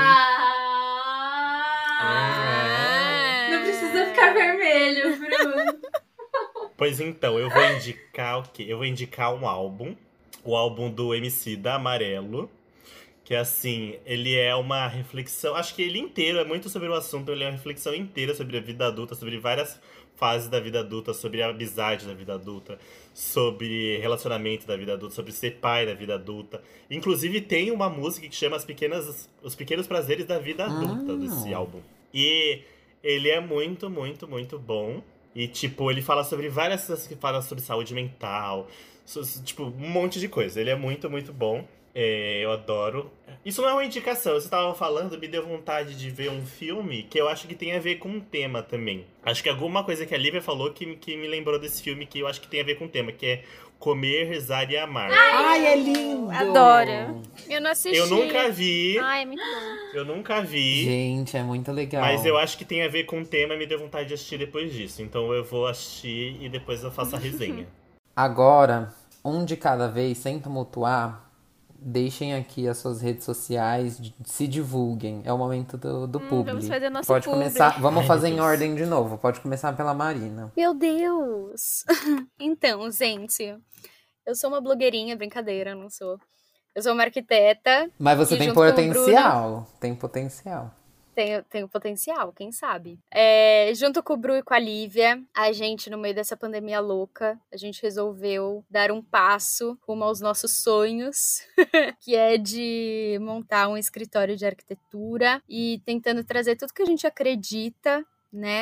Speaker 2: Ah! Não precisa ficar vermelho, Bruno.
Speaker 3: Pois então, eu vou indicar o quê? Eu vou indicar um álbum. O álbum do Emicida, Amarelo. Que, assim, ele é uma reflexão... Acho que ele inteiro é muito sobre o assunto. Ele é uma reflexão inteira sobre a vida adulta, sobre várias fases da vida adulta, sobre a amizade da vida adulta, sobre relacionamento da vida adulta, sobre ser pai da vida adulta. Inclusive, tem uma música que chama As Pequenas, Os Pequenos Prazeres da Vida Adulta,
Speaker 1: Ah.
Speaker 3: desse álbum. E ele é muito, muito, muito bom. E, tipo, ele fala sobre várias coisas que falam sobre saúde mental, so- tipo, um monte de coisa. Ele é muito, muito bom. É, eu adoro. Isso não é uma indicação, você estava falando, me deu vontade de ver um filme que eu acho que tem a ver com um tema também. Acho que alguma coisa que a Lívia falou que, que me lembrou desse filme que eu acho que tem a ver com o tema, que é Comer, Rezar e Amar.
Speaker 1: Ai, é lindo!
Speaker 4: Adoro.
Speaker 5: Eu não assisti.
Speaker 3: Eu nunca vi,
Speaker 4: Ai, é muito bom.
Speaker 3: eu nunca vi,
Speaker 1: Gente, é muito legal.
Speaker 3: mas eu acho que tem a ver com o tema e me deu vontade de assistir depois disso. Então eu vou assistir e depois eu faço a resenha.
Speaker 1: Agora, um de cada vez, sem tumultuar, deixem aqui as suas redes sociais, d- se divulguem. É o momento do, do
Speaker 4: Hum,
Speaker 1: publi.
Speaker 4: vamos fazer nosso
Speaker 1: Pode
Speaker 4: publi.
Speaker 1: começar. Vamos
Speaker 3: Ai,
Speaker 1: fazer
Speaker 3: meu
Speaker 1: em
Speaker 3: Deus.
Speaker 1: ordem de novo. Pode começar pela Marina.
Speaker 5: Meu Deus! Então, gente, eu sou uma blogueirinha, brincadeira, eu não sou. Eu sou uma arquiteta,
Speaker 1: Mas você
Speaker 5: E
Speaker 1: tem
Speaker 5: junto com o
Speaker 1: potencial. Tem potencial.
Speaker 5: tenho, tenho potencial, quem sabe? É, junto com o Bru e com a Lívia, a gente, no meio dessa pandemia louca, a gente resolveu dar um passo rumo aos nossos sonhos, que é de montar um escritório de arquitetura e tentando trazer tudo que a gente acredita, né,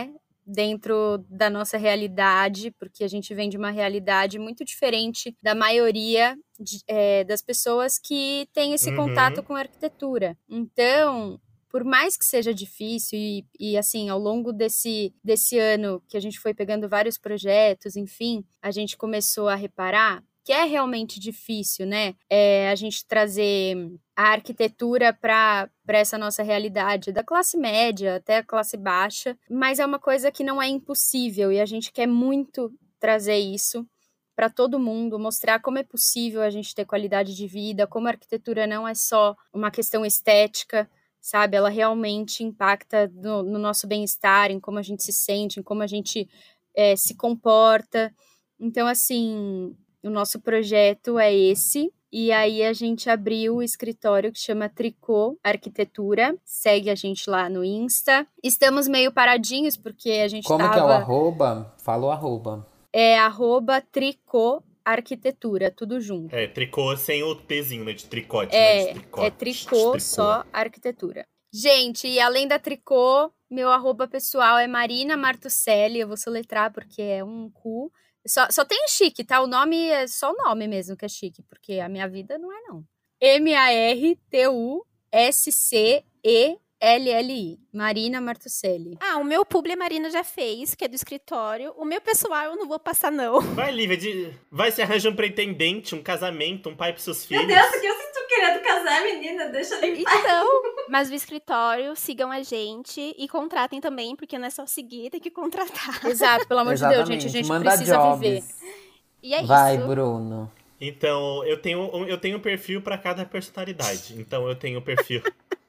Speaker 5: dentro da nossa realidade, porque a gente vem de uma realidade muito diferente da maioria de, é, das pessoas que têm esse
Speaker 3: Uhum.
Speaker 5: contato com a arquitetura. Então, por mais que seja difícil e, e assim, ao longo desse, desse ano que a gente foi pegando vários projetos, enfim, a gente começou a reparar que é realmente difícil, né? É, a gente trazer a arquitetura para essa nossa realidade, da classe média até a classe baixa, mas é uma coisa que não é impossível e a gente quer muito trazer isso para todo mundo, mostrar como é possível a gente ter qualidade de vida, como a arquitetura não é só uma questão estética, sabe? Ela realmente impacta no, no nosso bem-estar, em como a gente se sente, em como a gente é, se comporta. Então, assim, o nosso projeto é esse. E aí a gente abriu o escritório que chama Tricô Arquitetura. Segue a gente lá no Insta. Estamos meio paradinhos porque a gente
Speaker 1: Como
Speaker 5: tava...
Speaker 1: que é o arroba? Fala o arroba.
Speaker 5: É arroba Tricô Arquitetura, tudo junto.
Speaker 3: É, tricô sem o Tzinho, né? De tricote,
Speaker 5: É,
Speaker 3: né? De tricote,
Speaker 5: é tricô, só arquitetura. Gente, e além da Tricô, meu arroba pessoal é Marina Martucelli. Eu vou soletrar porque é um cu. Só, só tem chique, tá? O nome é só o nome mesmo que é chique, porque a minha vida não é, não. M A R T U S C E L L I. Marina Martucelli.
Speaker 4: Ah, o meu publi a Marina já fez, que é do escritório. O meu pessoal eu não vou passar, não.
Speaker 3: Vai, Lívia, de... vai se arranja um pretendente, um casamento, um pai pros seus filhos.
Speaker 2: Meu Deus, o que vocês estão querendo casar, menina? Deixa eu limpar.
Speaker 4: Então, mas o escritório, sigam a gente e contratem também, porque não é só seguir, tem que contratar.
Speaker 5: Exato, pelo amor de Deus, gente, a gente
Speaker 1: Manda
Speaker 5: precisa
Speaker 1: jobs.
Speaker 5: viver.
Speaker 4: E é
Speaker 1: Vai,
Speaker 4: isso.
Speaker 1: Bruno.
Speaker 3: Então, eu tenho, um- eu tenho um perfil pra cada personalidade. Então, eu tenho o perfil...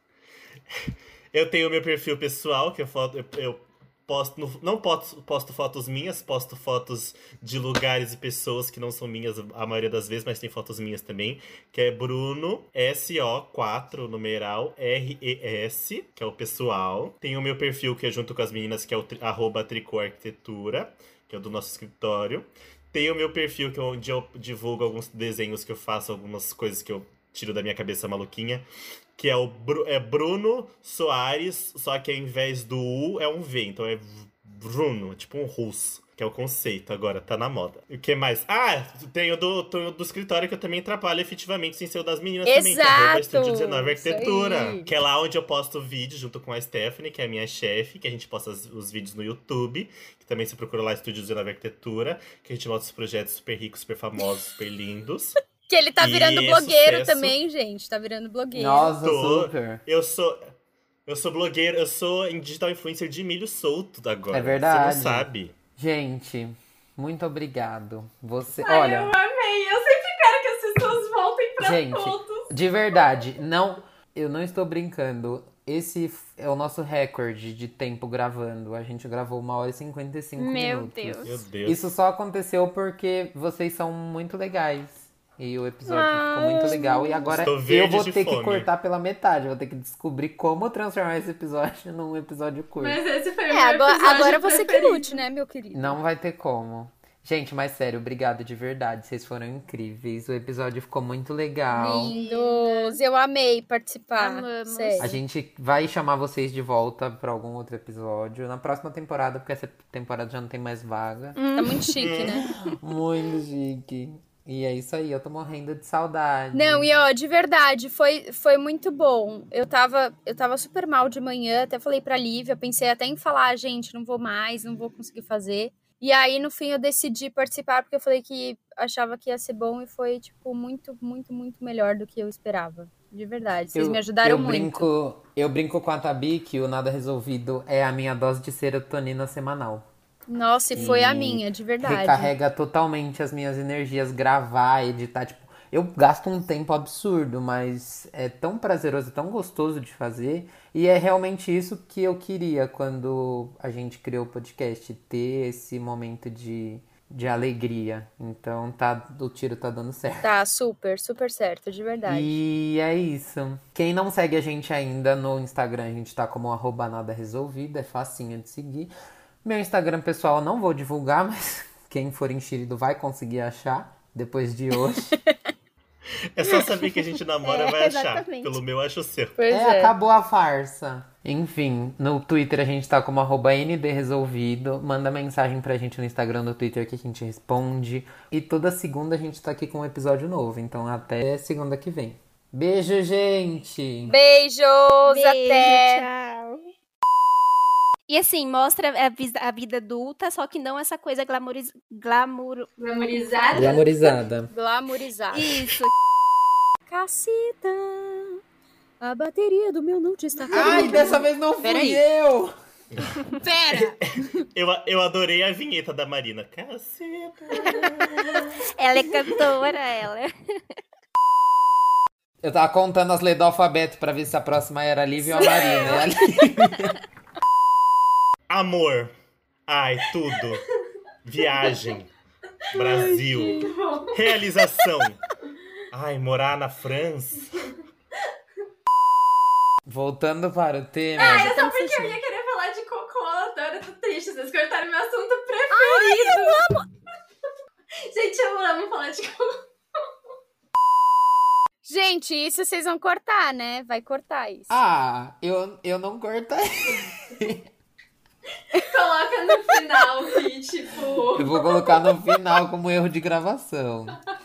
Speaker 3: eu tenho o meu perfil pessoal, que eu, foto, eu, eu posto... No, não posto, posto fotos minhas, posto fotos de lugares e pessoas que não são minhas a maioria das vezes, mas tem fotos minhas também, que é Bruno S O quatro, numeral R E S, que é o pessoal. Tem o meu perfil, que é junto com as meninas, que é o tri, arroba Tricô Arquitetura, que é o do nosso escritório. Tem o meu perfil, que é onde eu divulgo alguns desenhos que eu faço, algumas coisas que eu tiro da minha cabeça maluquinha, que é o Bru- é Bruno Soares, só que ao invés do U é um V, então é Bruno, tipo um russo, que é o conceito agora, tá na moda. E o que mais? Ah, tem o do, tem o do escritório que eu também trabalho efetivamente, sem ser o das meninas também, que é arroba
Speaker 5: Exato,
Speaker 3: Estúdio dezenove
Speaker 5: isso
Speaker 3: Arquitetura,
Speaker 5: aí.
Speaker 3: que é lá onde eu posto vídeo junto com a Stephanie, que é a minha chefe, que a gente posta os, os vídeos no YouTube, que também se procura lá Estúdio dezenove Arquitetura, que a gente mostra os projetos super ricos, super famosos, super lindos.
Speaker 5: Que ele tá
Speaker 3: E
Speaker 5: virando
Speaker 3: é
Speaker 5: blogueiro
Speaker 3: sucesso.
Speaker 5: também, gente. Tá virando blogueiro.
Speaker 1: Nossa,
Speaker 3: Tô.
Speaker 1: super.
Speaker 3: Eu sou. Eu sou blogueiro, eu sou em digital influencer de milho solto agora.
Speaker 1: É verdade.
Speaker 3: Você não sabe.
Speaker 1: Gente, muito obrigado. Você,
Speaker 2: Ai,
Speaker 1: olha,
Speaker 2: eu amei. Eu sempre quero que as pessoas voltem pra
Speaker 1: gente,
Speaker 2: todos.
Speaker 1: de verdade, não, eu não estou brincando. Esse f- é o nosso recorde de tempo gravando. A gente gravou uma hora e cinquenta e cinco
Speaker 4: Meu
Speaker 1: minutos.
Speaker 4: Deus.
Speaker 3: Meu Deus.
Speaker 1: Isso só aconteceu porque vocês são muito legais. E o episódio
Speaker 5: Ah,
Speaker 1: ficou muito legal. E agora
Speaker 3: Estou
Speaker 1: eu
Speaker 3: verde
Speaker 1: vou
Speaker 3: de
Speaker 1: ter que
Speaker 3: fome.
Speaker 1: cortar pela metade. Vou ter que descobrir como transformar esse episódio num episódio curto.
Speaker 2: Mas esse foi o
Speaker 5: É,
Speaker 2: meu
Speaker 5: agora,
Speaker 2: episódio
Speaker 5: agora você que
Speaker 2: preferido.
Speaker 5: lute, né, meu querido?
Speaker 1: Não vai ter como. Gente, mas sério, obrigado de verdade. Vocês foram incríveis. O episódio ficou muito legal.
Speaker 5: Lindos, eu amei participar.
Speaker 4: Amamos.
Speaker 5: Sério.
Speaker 1: A gente vai chamar vocês de volta pra algum outro episódio. Na próxima temporada, porque essa temporada já não tem mais vaga.
Speaker 5: Tá muito chique, né?
Speaker 1: Muito chique. E é isso aí, eu tô morrendo de saudade.
Speaker 5: Não, e ó, de verdade, foi, foi muito bom. Eu tava, eu tava super mal de manhã, até falei pra Lívia, pensei até em falar, gente, não vou mais, não vou conseguir fazer. E aí, no fim, eu decidi participar, porque eu falei que achava que ia ser bom e foi, tipo, muito, muito, muito melhor do que eu esperava. De verdade, vocês
Speaker 1: eu,
Speaker 5: me ajudaram
Speaker 1: eu
Speaker 5: muito.
Speaker 1: Brinco, eu brinco com a Tabi que o Nada Resolvido é a minha dose de serotonina semanal.
Speaker 5: Nossa, e foi a
Speaker 1: E
Speaker 5: minha, de verdade.
Speaker 1: Recarrega totalmente as minhas energias, gravar, editar, tipo, eu gasto um tempo absurdo, mas é tão prazeroso, tão gostoso de fazer, e é realmente isso que eu queria quando a gente criou o podcast, ter esse momento de, de alegria. Então, tá, o tiro tá dando certo.
Speaker 5: Tá, super, super certo, de verdade.
Speaker 1: E é isso. Quem não segue a gente ainda no Instagram, a gente tá como arroba nada resolvido, é facinho de seguir. Meu Instagram pessoal eu não vou divulgar, mas quem for enxerido vai conseguir achar depois de hoje.
Speaker 3: É só saber que a gente namora
Speaker 4: É,
Speaker 3: vai achar.
Speaker 4: exatamente.
Speaker 3: Pelo meu, acho o seu.
Speaker 5: Pois
Speaker 1: É,
Speaker 5: é.
Speaker 1: acabou a farsa. Enfim, no Twitter a gente tá como arroba N D Resolvido. Manda mensagem pra gente no Instagram, no Twitter que a gente responde. E toda segunda a gente tá aqui com um episódio novo. Então até segunda que vem. Beijo, gente!
Speaker 5: Beijos,
Speaker 4: Beijo,
Speaker 5: até!
Speaker 4: tchau. E assim, mostra a, vis- a vida adulta, só que não essa coisa glamouriz... glamour...
Speaker 2: Glamorizada.
Speaker 1: Glamorizada.
Speaker 5: Glamourizado.
Speaker 4: Isso.
Speaker 5: Caceta, a bateria do meu note está
Speaker 1: Ai, dessa vez não fui
Speaker 5: Peraí.
Speaker 1: eu!
Speaker 5: Pera!
Speaker 3: Eu, eu adorei a vinheta da Marina. Caceta.
Speaker 4: Ela é cantora, ela.
Speaker 1: Eu tava contando as letras do alfabeto pra ver se a próxima era a Lívia ou a Marina. E a Lívia-
Speaker 3: Amor. Ai, tudo. Viagem. Brasil. Realização. Ai, morar na França.
Speaker 1: Voltando para o tema.
Speaker 2: Ah, é só
Speaker 5: estamos
Speaker 2: porque eu
Speaker 5: fechando.
Speaker 2: ia querer falar de cocô. Agora eu tô triste. Vocês cortaram meu assunto preferido. Ai, eu amo! Gente, eu amo falar de cocô.
Speaker 5: Gente, isso vocês vão cortar, né? Vai cortar isso.
Speaker 1: Ah, eu, eu não cortaria.
Speaker 2: Coloca no final, que tipo.
Speaker 1: Eu vou colocar no final como erro de gravação.